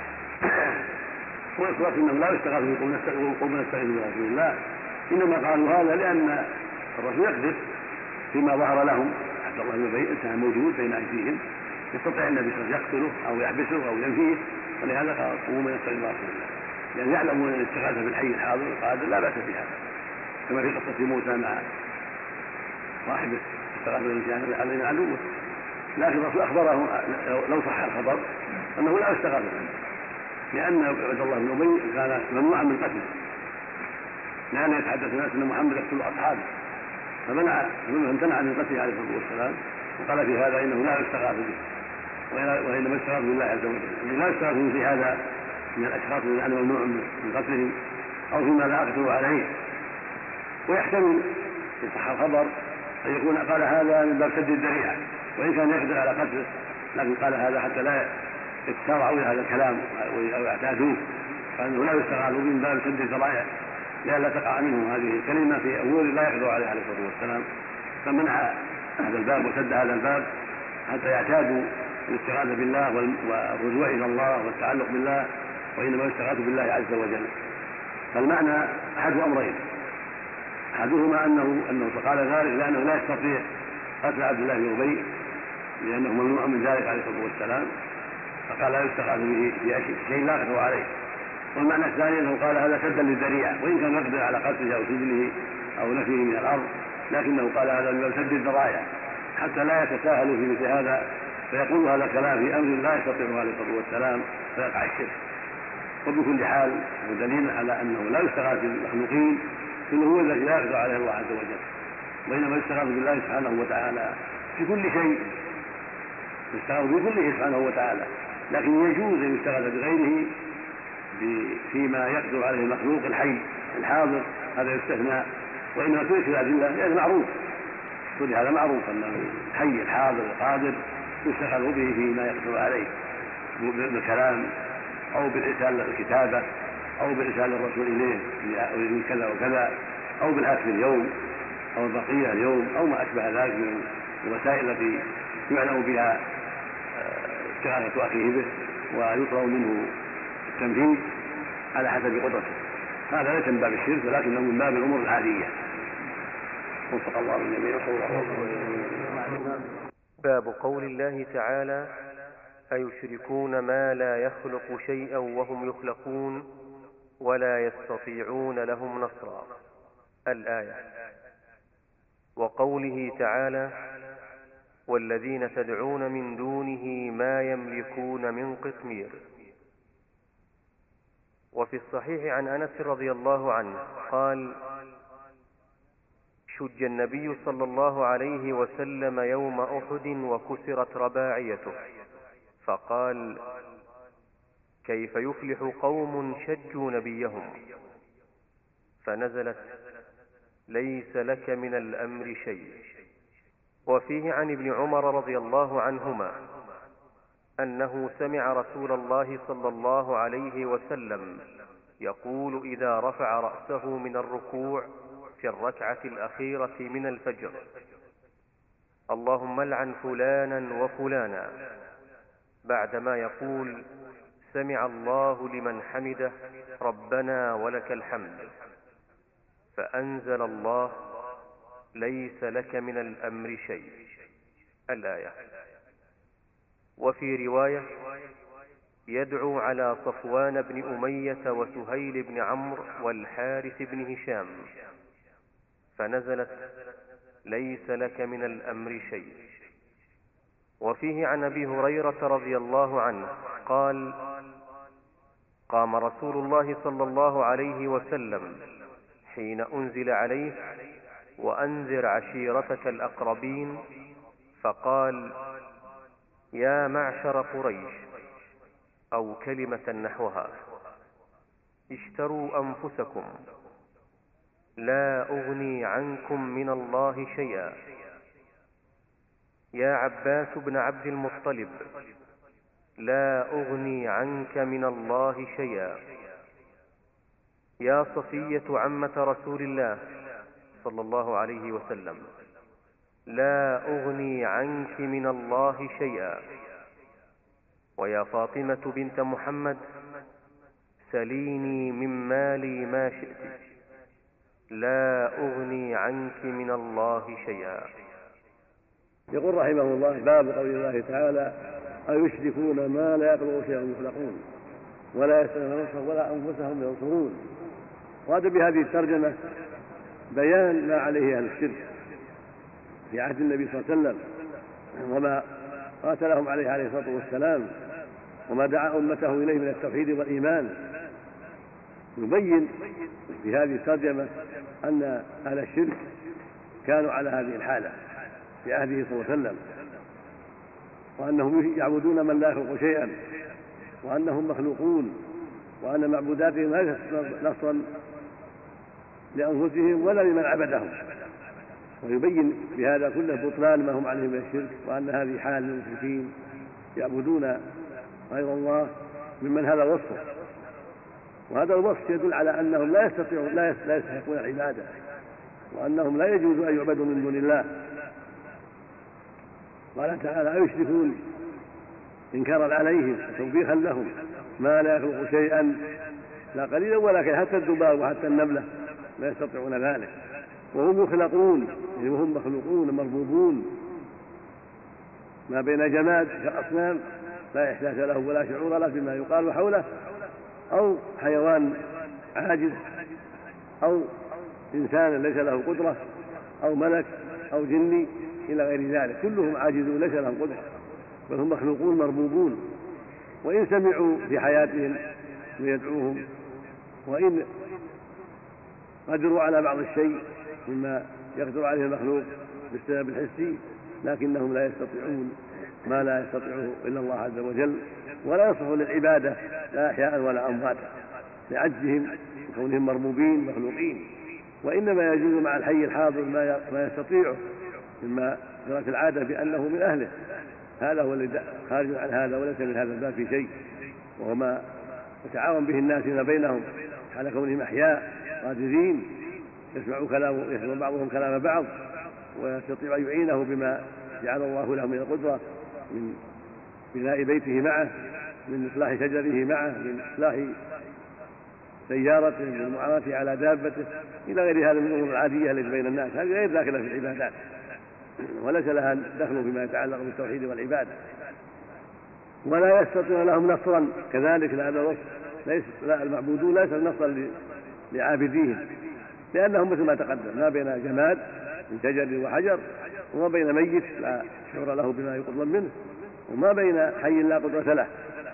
ويقول انه لا يستغاث وقوم نستغيث برسول الله، انما قالوا هذا لان الرسول يقدر فيما ظهر لهم. عبد الله بن ابي انسان موجود بين ايديهم يستطيع النبي صلى الله عليه وسلم يقتله او يحبسه او ينفيه، ولهذا قال قوموا نستغيث برسول الله، لان يعلمون ان الاستغاثه بالحي الحاضر القادر لا باس بها، كما في قصه موسى مع صاحبه استغاث بالانسان علينا عدوه، لكن الرسول اخبره لو صح الخبر انه لا يستغاث به، لأن عبد الله بن أبي كان ممنوعا من قتله، لأن يتحدث الناس أن محمد يقتل أصحابه، فامتنع من قتله عليه الصلاة والسلام، وقال في هذا إنه لا يستغاث به وإنما يستغاث بالله عز وجل، لا يستغاث في هذا من الأشخاص الذين أنا ممنوع من قتلهم أو فيما لا أقتل عليه. ويحتمل إن صح الخبر أن يكون قال هذا من باب سد الذريعة، وإن كان يقدر على قتله لكن قال هذا حتى لا يتسارعوا إلى هذا الكلام أو يعتادوه، فإنه لا يستغاث من باب سد الذرائع لئلا تقع منهم هذه الكلمة في أمور لا يقدر عليها عليه الصلاة والسلام، فمنع هذا الباب وسد هذا الباب حتى يعتادوا الاستغاثة بالله والرجوع إلى الله والتعلق بالله، وإنما يستغاث بالله عز وجل. فالمعنى أحد أمرين، أحدهما أنه قال ذلك لأنه لا يستطيع قتل عبد الله بن أبي لأنه ممنوع من ذلك عليه الصلاة والسلام، فقال لا يستغاث به في شيء لا يقدر عليه. والمعنى الثاني أنه قال هذا سدا للذريعة، وإن كان يقدر على قتله أو سجنه أو نفيه من الأرض، لكنه قال هذا من سد الذرائع حتى لا يتساهلوا في مثل هذا فيقول هذا الكلام في أمر لا يستطيعه عليه الصلاة والسلام فيقع الشرك. وبكل حال ودليل على أنه لا يستغاث بالمخلوقين إنه هو الذي لا يقدر عليه الله عز وجل، وإنما يستغاث بالله سبحانه وتعالى في كل شيء، يستغاث بكله سبحانه وتعالى، لكن يجوز أن يستغاث بغيره فيما يقدر عليه المخلوق الحي الحاضر، هذا يستثنى. وإنما تلك الأدلة لأنه معروف، كل هذا معروف أن الحي الحاضر القادر يستغاث به فيما يقدر عليه بالكلام أو بالإرسال الكتابة أو بالإرسال الرسول إليه يريد كذا وكذا، أو بالأكل اليوم أو البقية اليوم أو ما أشبه ذلك من الوسائل التي يعلم بها استغاثة أخيه به ويطلب منه التنفيذ على حسب قدرته. هذا ليس من باب الشرك ولكنه من باب الأمور العادية. وفق الله الجميع. باب قول الله تعالى أيشركون ما لا يخلق شيئا وهم يخلقون ولا يستطيعون لهم نصرا، الآية. وقوله تعالى والذين تدعون من دونه ما يملكون من قطمير. وفي الصحيح عن أنس رضي الله عنه قال شج النبي صلى الله عليه وسلم يوم أحد وكسرت رباعيته، فقال كيف يفلح قوم شجوا نبيهم، فنزلت ليس لك من الأمر شيء. وفيه عن ابن عمر رضي الله عنهما أنه سمع رسول الله صلى الله عليه وسلم يقول إذا رفع رأسه من الركوع في الركعة الأخيرة من الفجر: اللهم العن فلانا وفلانا، بعدما يقول سمع الله لمن حمده ربنا ولك الحمد، فأنزل الله ليس لك من الأمر شيء، الآية. وفي رواية: يدعو على صفوان بن أمية وسهيل بن عمرو والحارث بن هشام، فنزلت ليس لك من الأمر شيء. وفيه عن أبي هريرة رضي الله عنه قال: قام رسول الله صلى الله عليه وسلم حين أنزل عليه: وأنذر عشيرتك الأقربين، فقال: يا معشر قريش، أو كلمة نحوها: اشتروا أنفسكم، لا أغني عنكم من الله شيئا. يا عباس بن عبد المطلب، لا أغني عنك من الله شيئا. يا صفية عمة رسول الله صلى الله عليه وسلم، لا أغني عنك من الله شيئا. ويا فاطمة بنت محمد، سليني من مالي ما شئت، لا أغني عنك من الله شيئا. يقول رحمه الله: باب قول الله تعالى: أيشركون ما لا يخلق شيئا يخلقون ولا يستطيعون نصرا ولا أنفسهم ينصرون. وهذا بهذه الترجمة بيان ما عليه أهل الشرك في عهد النبي صلى الله عليه وسلم، وما قاتلهم عليه الصلاة والسلام، وما دعا أمته إليه من التوحيد والإيمان. يبين في هذه الترجمة أن أهل الشرك كانوا على هذه الحالة في عهده صلى الله عليه وسلم، وأنهم يعبدون من لا يخلق شيئا، وأنهم مخلوقون، وأن معبوداتهم لا تستطيع نصرا لأنفسهم ولا لمن عبدهم. ويبين بهذا كله بطلان ما هم عليه من الشرك، وأن هذه حال المشركين يعبدون غير الله ممن هذا وصفه. وهذا الوصف يدل على أنهم لا يستحقون العبادة، وأنهم لا يجوز أن يعبدوا من دون الله. قال تعالى: أيشركون إنكارا عليهم وتوبيخا لهم ما لا يخلق شيئا، لا قليلا ولا كثيرا، حتى الذباب وحتى النملة لا يستطيعون ذلك، وهم يخلقون، يعني وهم مخلوقون مربوبون، ما بين جماد كالأصنام لا إحساس له ولا شعور له بما يقال حوله، أو حيوان عاجز، أو إنسان ليس له قدرة، أو ملك أو جني إلى غير ذلك، كلهم عاجزون ليس لهم قدرة، بل هم مخلوقون مربوبون. وإن سمعوا في حياتهم ويدعوهم، وإن قدروا على بعض الشيء مما يقدر عليه المخلوق بالسبب الحسي، لكنهم لا يستطيعون ما لا يستطيعه إلا الله عز وجل، ولا يصلح للعبادة لا أحياء ولا أمواتا لعجزهم وكونهم مربوبين مخلوقين. وإنما يجوز مع الحي الحاضر ما يستطيعه مما جرت العادة بأنه من أهله، هذا هو الذي خارج عن هذا، وليس من هذا الباب في شيء، وهو ما يتعاون به الناس فيما بينهم حال كونهم أحياء قادرين، يسمع بعضهم كلام بعض، ويستطيع أن يعينه بما جعل الله له من القدرة، من بناء بيته معه، من إصلاح شجره معه، من إصلاح سيارته، من المعاناة على دابته، إلى غير هذا من الأمور العادية التي بين الناس، هذه غير داخلة في العبادات، وليس لها دخل فيما يتعلق بالتوحيد والعبادة. ولا يستطيع لهم نصرا كذلك، لهذا الوصف لا المعبودون ليس نصرا لعابديهم، لأنهم مثل ما تقدم ما بين جماد من شجر وحجر، وما بين ميت لا شعور له بما يطلب منه، وما بين حي لا قدرة له.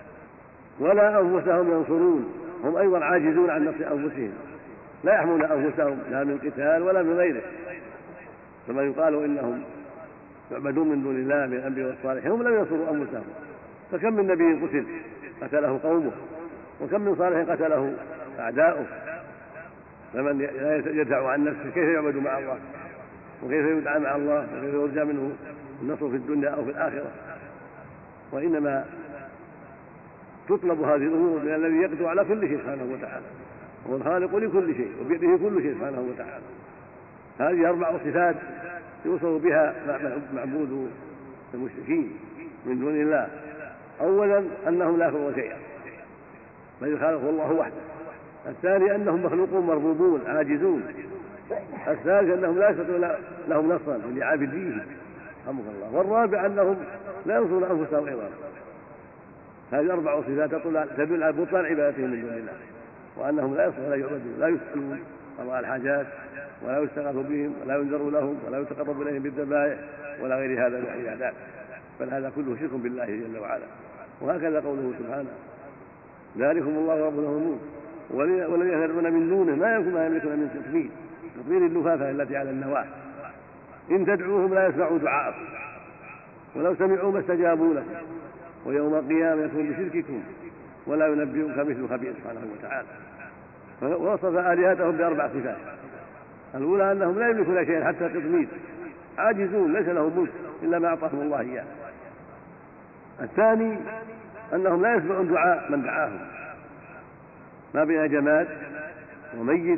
ولا أنفسهم ينصرون، هم أيضا عاجزون عن نصر أنفسهم، لا يحمون أنفسهم لا من قتال ولا من غيره، كما يقال إنهم يعبدون من دون الله من الأنبياء والصالحين، هم لم ينصروا أنفسهم. فكم من نبي قتله قومه وكم من صالح قتله أعداؤه. فمن لا يدفع عن نفسه كيف يعبد مع الله، وكيف يدعى مع الله، وكيف يرجى منه النصر في الدنيا أو في الآخرة. وإنما تطلب هذه الأمور من الذي يقدر على كل شيء سبحانه وتعالى، هو الخالق لكل شيء وبيده كل شيء سبحانه وتعالى. هذه 4 صفات يوصف بها معبود المشركين من دون الله. أولا أنهم لا يخلقون شيئا، بل الخالق هو الله وحده. الثاني أنهم مخلوقون مربوبون عاجزون. الثالث أنهم لا يستطيعون لهم نصرا لعابديه رحمك الله. والرابع أنهم لا ينصرون أنفسهم أيضا. هذه 4 صفات تدل على بطلان عبادتهم من دون الله، وأنهم لا يصلحون لا يعبدون، لا يسألون قضاء الحاجات، ولا يستغاث بهم، ولا ينذر لهم، ولا يتقرب إليهم بالذبائح ولا غير هذا من العبادات، بل هذا كله شرك بالله جل وعلا. وهكذا قوله سبحانه: ذلكم الله ربنا الملك والذين يدعون من دونه ما يملكون من تطمير. تطمير اللفافة التي على النواة. إن تدعوهم لا يسمعوا دعاءكم ولو سمعوا ما استجابوا لكم ويوم القيامة يكون بشرككم ولا ينبئك مثل خبير سبحانه وتعالى. ووصف آلهتهم ب4 صفات. الأولى أنهم لا يملكون شيئا حتى التطمير، عاجزون ليس لهم ملك إلا ما أعطاهم الله إياه. الثاني أنهم لا يسمعون دعاء من دعاهم، ما بين جماد وميت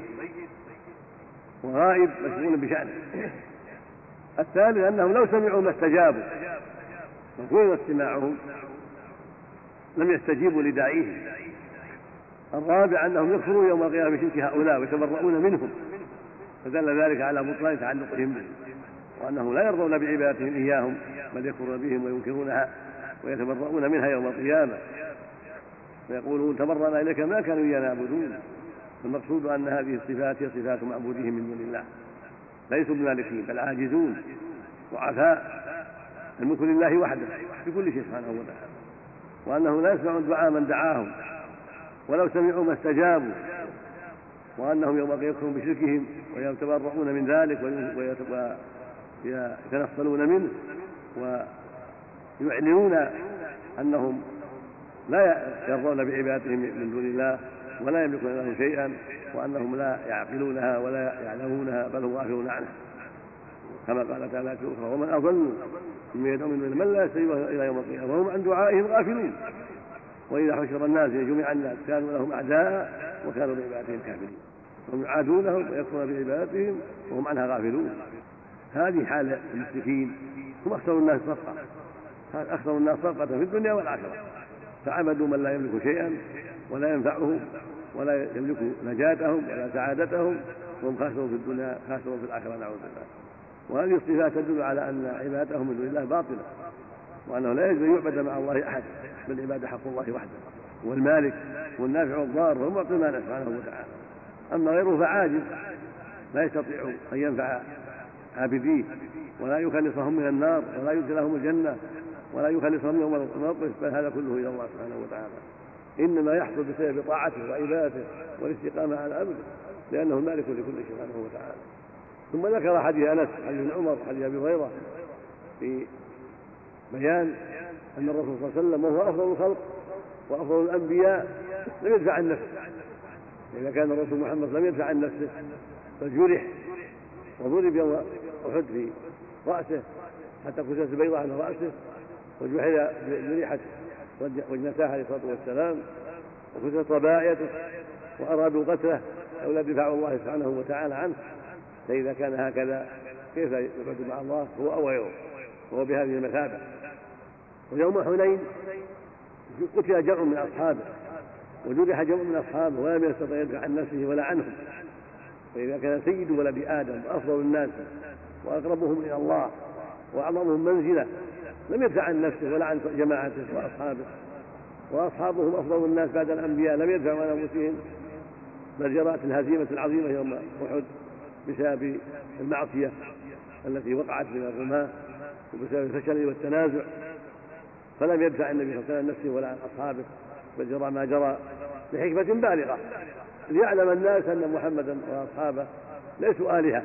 وغائب مشغول بشأنه. الثالث أنهم لو سمعوا ما استجابوا، وكون استماعهم لم يستجيبوا لداعيهم. الرابع أنهم يكفرون يوم القيامة بشرك هؤلاء ويتبرؤون منهم، فدل ذلك على بطلان تعلقهم به، وأنهم لا يرضون بعبادتهم إياهم بل يكفرون بهم وينكرونها ويتبرؤون منها يوم القيامة، ويقولون تبرأنا إليك ما كانوا إيانا يعبدون. المقصود أن هذه الصفات هي صفات معبودهم من دون الله، ليسوا بمالكين بل عاجزون ضعفاء. الملك لله وحده بكل شيء سبحانه وتعالى، وأنه لا يسمعون دعاء من دعاهم ولو سمعوا ما استجابوا، وأنهم يوم يكفرون بشركهم ويتبرؤون من ذلك ويتنصلون منه ويعلنون أنهم لا يرضون بعبادتهم من دون الله ولا يملكون لهم شيئا، وأنهم لا يعقلونها ولا يعلمونها بل هم غافلون عنها، كما قال تعالى في أخرى: ومن أضل ممن يدعو من دون من لا يستجيب إلى يوم القيامة وهم عن دعائهم غافلون. وإذا حشر الناس جميع الناس كانوا لهم أعداء وكانوا بعبادتهم كافرين، هم يعادونهم ويكفرون بعبادتهم وهم عنها غافلون. هذه حال المشركين، هم أخسر الناس صفقة، أخسر الناس صفقة في الدنيا والآخرة، فعبدوا من لا يملك شيئا ولا ينفعهم ولا يملك نجاتهم ولا سعادتهم، وهم خاسرون في الدنيا خاسرون في الآخرة نعوذ بالله. وهذه الصفات تدل على أن عبادتهم من دون الله باطلة، وأنه لا يجوز أن يعبد مع الله أحد، بل العبادة حق الله وحده، والمالك والنافع والضار هو معطي المانع سبحانه وتعالى. أما غيره فعاجز لا يستطيع أن ينفع عابديه ولا يخلصهم من النار ولا يدخلهم الجنة ولا يخلصهم يوم الموقف، بل هذا كله إلى الله سبحانه وتعالى. إنما يحصل بسبب طاعته وعبادته والاستقامة على أمره، لأنه المالك لكل شيء سبحانه وتعالى. ثم ذكر حديث أنس حديث ابن عمر حديث أبي هريرة في بيان أن الرسول صلى الله عليه وسلم وهو أفضل الخلق وأفضل الأنبياء لم يدفع عن نفسه. وإذا كان الرسول محمد لم يدفع عن نفسه فجرح وضرب يوم أحد في رأسه حتى كسرت البيضة عن رأسه، وجرحت وجنتاه عليه الصلاة والسلام، وكسرت رباعيته، وأرادوا قتله لولا دفاع الله سبحانه وتعالى عنه. فإذا كان هكذا كيف يعبد مع الله هو أو غيره، وهو بهذه المثابة. ويوم حنين قتل جمع من أصحابه وجرح جمع من أصحابه ولم يستطع يدفع عن نفسه ولا عنهم. فإذا كان سيد ولد آدم وأفضل الناس وأقربهم إلى الله وأعظمهم منزلة لم يدفع عن نفسه ولا عن جماعته وأصحابه، وأصحابهم أفضل الناس بعد الأنبياء لم يدفعوا عن أنفسهم، بل جرت الهزيمة العظيمة يوم أحد بسبب المعصية التي وقعت من الرماة وبسبب الفشل والتنازع، فلم يدفع النبي صلى الله عليه وسلم نفسه ولا عن أصحابه، بل جرى ما جرى بحكمة بالغة ليعلم الناس أن محمدا وأصحابه ليسوا آلهة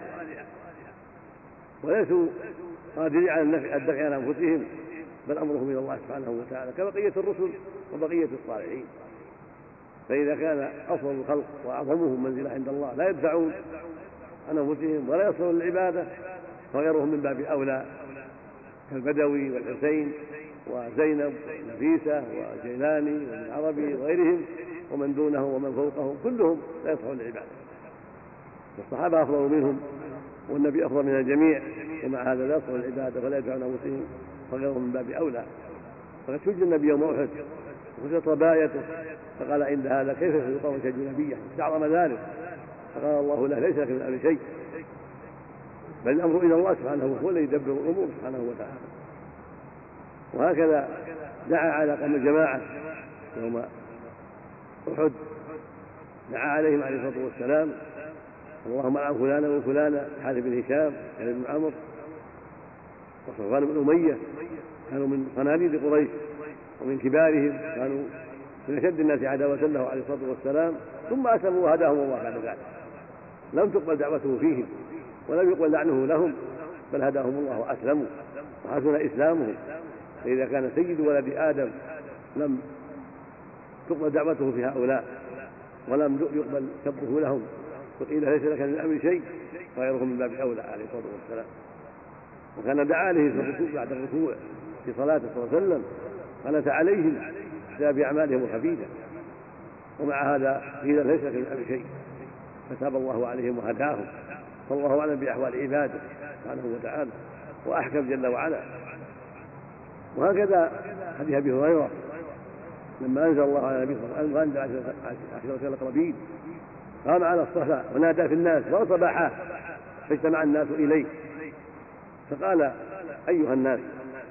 وليسوا قادرين على الدفع عن أنفسهم، بل أمرهم إلى الله سبحانه وتعالى كبقية الرسل وبقية الصالحين. فإذا كان أفضل الخلق وأعظمهم منزلة عند الله لا يدفعون عن أنفسهم ولا يصلون للعبادة، فغيرهم من باب أولى، كالبدوي والحسين وزينب ونفيسة وجيلاني وابن عربي وغيرهم ومن دونه ومن فوقهم كلهم لا يصلحون للعبادة. والصحابة أفضل منهم والنبي أفضل من الجميع، ومع هذا لا يصلحون للعبادة ولا يدفعون أنفسهم، فغيرهم من باب أولى. فقد شج النبي يوم أحد وكسرت ربايته، فقال عند هذا كيف يفعل قوم شجوا نبيه؟ استعظم ذلك، فقال الله له ليس لك من الأمر شيء، بل الأمر إلى الله سبحانه هو الذي يدبر الأمور سبحانه وتعالى. وهكذا دعا على قوم الجماعة يوم أحد، دعا عليهم عليه الصلاة والسلام اللهم العن فلانا وفلانا، حارث بن هشام بن عمرو وصفوان بن أمية، كانوا من صناديد قريش ومن كبارهم، كانوا من أشد الناس عداوة له عليه الصلاة والسلام، ثم أسلموا وهداهم الله بعد ذلك. لم تقبل دعوته فيهم ولم يقبل لعنه لهم، بل هداهم الله وأسلموا وحسن إسلامهم. فإذا كان سيد ولد آدم لم تقبل دعوته في هؤلاء ولم يقبل سبه لهم وقيل ليس لك من الأمر شيء، فغيرهم من باب أولى عليه الصلاة والسلام. وكان دعا عليه في الركوع بعد الركوع في صلاته صلى الله عليه وسلم، قنت عليهم بسبب أعمالهم الخبيثة، ومع هذا قيل ليس لك من الأمر شيء، فتاب الله عليهم وهداهم، فالله أعلم بأحوال عباده سبحانه وتعالى وأحكم جل وعلا. وهكذا حديث أبي هريرة لما أنزل الله على النبي صلى الله عليه وسلم عشرة الأقربين قام على الصفا ونادى في الناس وصباحا، فاجتمع الناس إليه فقال أيها الناس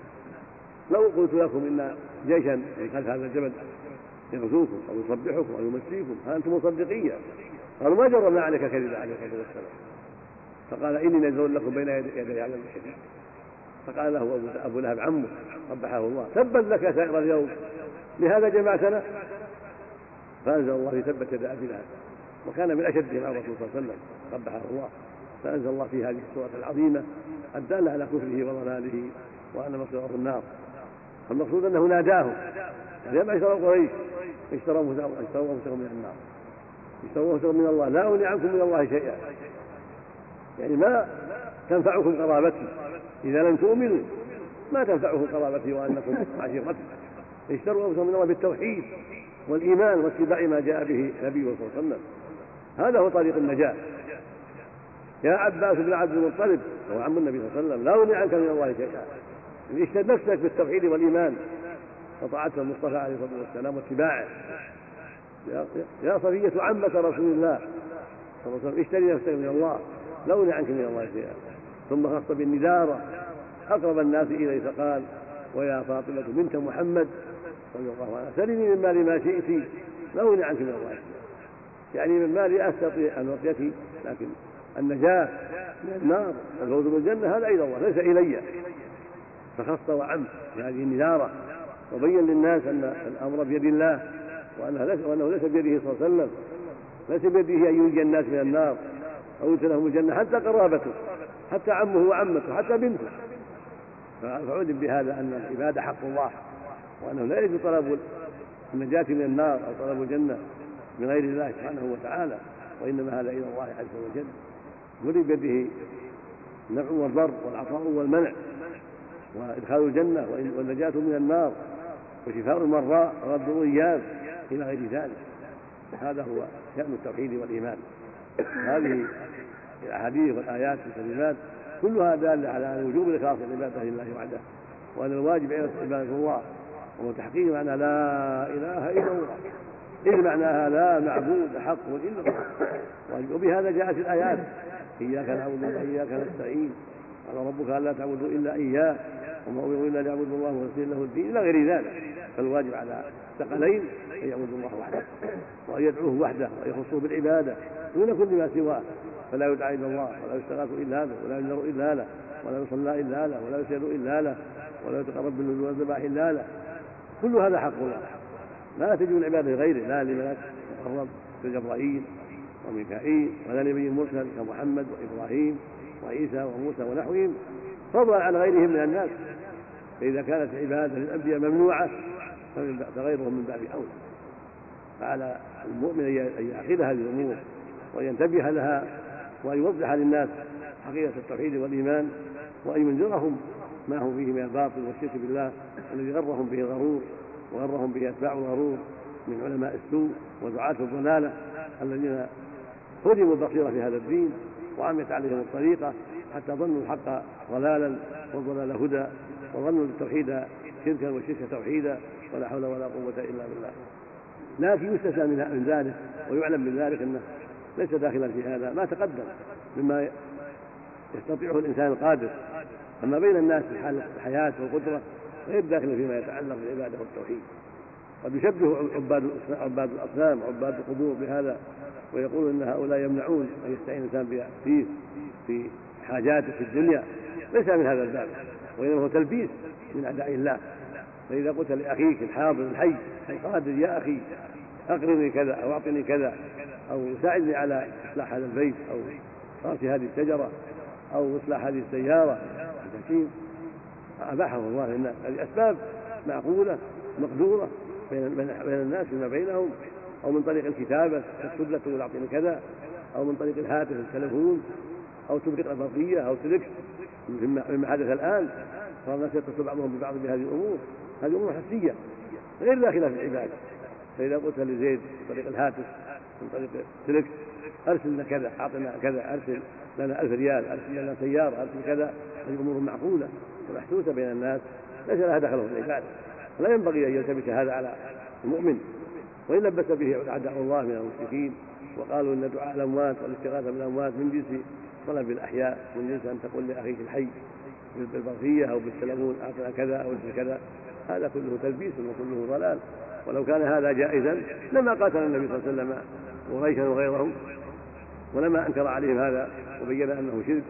لو قلت لكم إن جيشا خلف هذا الجبل يغزوكم أو يصبحكم أو يمسيكم أنتم مصدقية؟ قالوا ما جربنا عليك كذبا عليه الصلاة والسلام. فقال إني نذر لكم بين يدي عذاب شديد. فقال له أبو لهب عمه قبحه الله تبا لك سائر اليوم لهذا جمعتنا؟ فأنزل الله في تبت يد أبي لهب، وكان من أشدهم على الرسول صلى الله عليه وسلم قبحه الله. فأنزل الله في هذه السورة العظيمة الدالة على كفره وضلاله وأن مصيره النار. المقصود أنه ناداهم يا معشر قريش اشتروا أنفسكم من النار، اشتروا أنفسكم من الله، لا أغني عنكم من الله شيئا، يعني ما تنفعكم قرابتي إذا لم تؤمنوا، ما تنفعكم قرابتي وأنكم عشيرتي. اشتروا أنفسكم من الله بالتوحيد والإيمان واتباع ما جاء به نبيه صلى الله عليه وسلم، هذا هو طريق النجاة. يا عباس بن عبد المطلب وهو عم النبي صلى الله عليه وسلم لا أغني عنك من الله شيئا، اشتد نفسك بالتوحيد والإيمان وطاعة المصطفى عليه الصلاة والسلام واتباعه. يا صفية عمة رسول الله صلى الله عليه وسلم اشتري نفسك من الله لا أغني عنك من الله شيئا. ثم خص بالندارة أقرب الناس إليه فقال ويا فاطمة بنت محمد صلى الله عليه وسلم سلني من مالي ما شئت لا أغني عنك من الله شيئا، يعني من مالي أستطيع أن أعطيك، لكن النجاة من النار والفوز بالجنة هذا إلى الله ليس إلي. فخص وعم في هذه النذارة وبين للناس أن الأمر بيد الله وأنه ليس بيده صلى الله عليه وسلم، ليس بيده أن ينجي الناس من النار أو يدخلهم الجنة حتى قرابته حتى عمه وعمته حتى بنته. فعلم بهذا أن العبادة حق الله وأنه لا يجوز طلب النجاة من النار أو طلب الجنة من غير الله سبحانه وتعالى، وإنما هذا إلى الله عز وجل، ولي بيده النفع والضر والعطاء والمنع وإدخال الجنة والنجاة من النار وشفاء المرضى ورد الغياب إلى غير ذلك. هذا هو شأن التوحيد والإيمان. هذه الأحاديث والآيات والكلمات كلها دالة على وجوب الإخلاص العبادة لله وحده، وأن الواجب عبادة الله وتحقيق معنى لا إله إلا الله، إذ معناها لا معبود حق إلا الله. وبهذا جاءت الآيات إياك نعبد وإياك نستعين، قال ربك ألا تعبدوا إلا إياه وما أمروا إلا ليعبدوا الله ويخلصوا له الدين إلى غير ذلك. فالواجب على الثقلين أن يعبدوا الله وحده وأن يدعوه وحده ويخصوه بالعبادة دون كل ما سواه، فلا يدعى إلا الله ولا يستغاث إلا به ولا ينذر إلا له ولا يصلى إلا له ولا يسجد إلا له ولا يتقرب بالنذور والذبائح إلا له. كل هذا حق الله، لا تجوز العبادة لغيره، لا لملك مقرب كجبرائيل وميكائيل ولا نبي مرسل كمحمد وإبراهيم وعيسى وموسى ونحوهم، فضلا عن غيرهم من الناس. فإذا كانت العبادة للأنبياء ممنوعة فغيرهم من باب أولى. فعلى المؤمن أن يعقد هذه الأمور وأن ينتبه لها وأن يوضح للناس حقيقة التوحيد والإيمان، وأن ينذرهم ما هم فيه من الباطل والشرك بالله الذي غرهم به الغرور وغرهم به أتباع الغرور من علماء السوء ودعاة الضلالة الذين هدموا البصيرة في هذا الدين وعمت عليهم الطريقة حتى ظنوا الحق ضلالا والضلال هدى، وظنوا التوحيد شركا والشرك توحيدا، ولا حول ولا قوة إلا بالله. لكن يستثنى من ذلك ويعلم من ذلك أنه ليس داخلا في هذا ما تقدم مما يستطيعه الإنسان القادر، أما بين الناس في حال الحياة والقدرة غير داخل فيما يتعلق بالعبادة والتوحيد. قد يشبه عباد الأصنام وعباد القبور بهذا ويقول أن هؤلاء يمنعون أن يستعين الإنسان فيه في حاجاته في الدنيا، ليس من هذا الباب، وإنما هو تلبيس من أعداء الله. فإذا قلت لأخيك الحاضر الحي القادر يا أخي أقرني كذا أو أعطني كذا أو ساعدني على إصلاح هذا البيت أو صرف هذه الشجرة أو إصلاح هذه السيارة، أباحه الله للناس. هذه أسباب معقولة مقدورة بين الناس فيما بينهم، أو من طريق الكتابة تكتب لك تقول أعطني كذا، أو من طريق الهاتف التلفون، أو تبرق البرقية أو تلك مما حدث الآن، صار الناس يتصل بعضهم ببعض بهذه الأمور. هذه أمور حسية غير داخلة في العبادة. فإذا قلت لزيد من طريق الهاتف من طريق تلك أرسل لنا كذا أعطنا كذا، أرسل لنا 1000 ريال، أرسل لنا سيارة، أرسل كذا، هذه أمور معقولة ومحسوسة بين الناس ليس لها دخل في العبادة. لا ينبغي أن يلتبس هذا على المؤمن، وإن لبس به أعداء الله من المشركين وقالوا إن دعاء الأموات والاستغاثة بالأموات من جنس طلب الأحياء، من جنس أن تقول لأخيك الحي بالبرقية أو بالتلفون أعطنا كذا أو كذا، هذا كله تلبيس وكله ضلال. ولو كان هذا جائزا لما قاتل النبي صلى الله عليه وسلم قريشا وغيرهم ولما أنكر عليهم هذا وبين أنه شرك.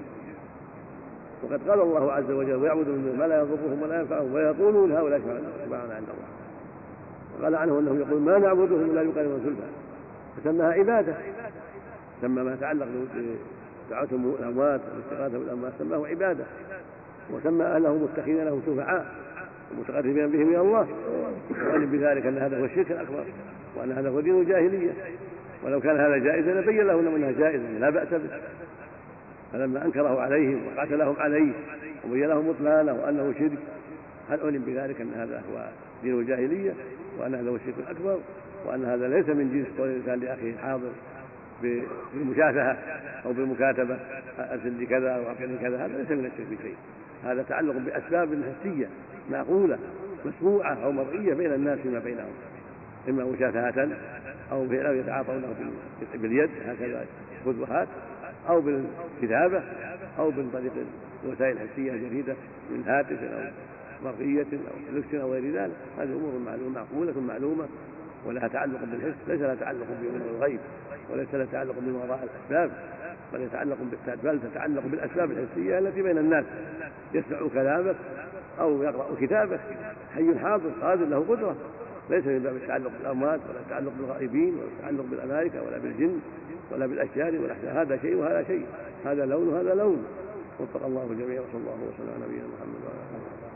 وقد قال الله عز وجل ويعبدون ما لا يضرهم ولا ينفعهم ويقولون هؤلاء شفعاؤنا عند الله، وقال عنه أنهم يقولون ما نعبدهم إلا ليقربونا زلفى، فسماها عبادة. سمى ما يتعلق بدعوتهم الأموات والاستغاثة بالأموات سماه عبادة، وسمى أهله متخذين له شفعاء ومتقربين بهم إلى الله، وعلم بذلك أن هذا هو الشرك الأكبر وأن هذا هو دين الجاهلية. ولو كان هذا جائزا لبين لهم أنها جائزة لا بأس به، فلما أنكره عليهم وقاتلهم عليه وبين لهم بطلانه وأنه شرك هل علم بذلك أن هذا هو دين الجاهلية وأن هذا هو الشرك الأكبر، وأن هذا ليس من جنس قول الإنسان لأخيه الحاضر بالمشافهة أو بالمكاتبة أرسل لي كذا أو أعطني كذا، هذا ليس من الشرك بشيء. هذا تعلق بأسباب حسية معقولة مسموعة أو مرئية بين الناس فيما بينهم، إما مشافهة أو يتعاطونه باليد هكذا خذ وهات، أو بالكتابة، أو من طريق الوسائل الحسية الجديدة من هاتف أو مرئية أو لبس أو غير ذلك. هذه أمور معقولة معلومة ولها تعلق بالحس، ليس لها تعلق بأمور الغيب وليس لها تعلق بوراء الأسباب، بل تتعلق بالأسباب الحسية التي بين الناس. يسمع كلامك أو يقرأ كتابك حي حاضر قادر له قدرة، ليس من باب التعلق بالأموات ولا التعلق بالغائبين ولا التعلق بالملائكة ولا بالجن ولا بالأشجار ولا هذا شيء وهذا شيء، هذا لون وهذا لون. وفق الله الجميع وصلى الله وسلم على نبينا محمد وعلى آله.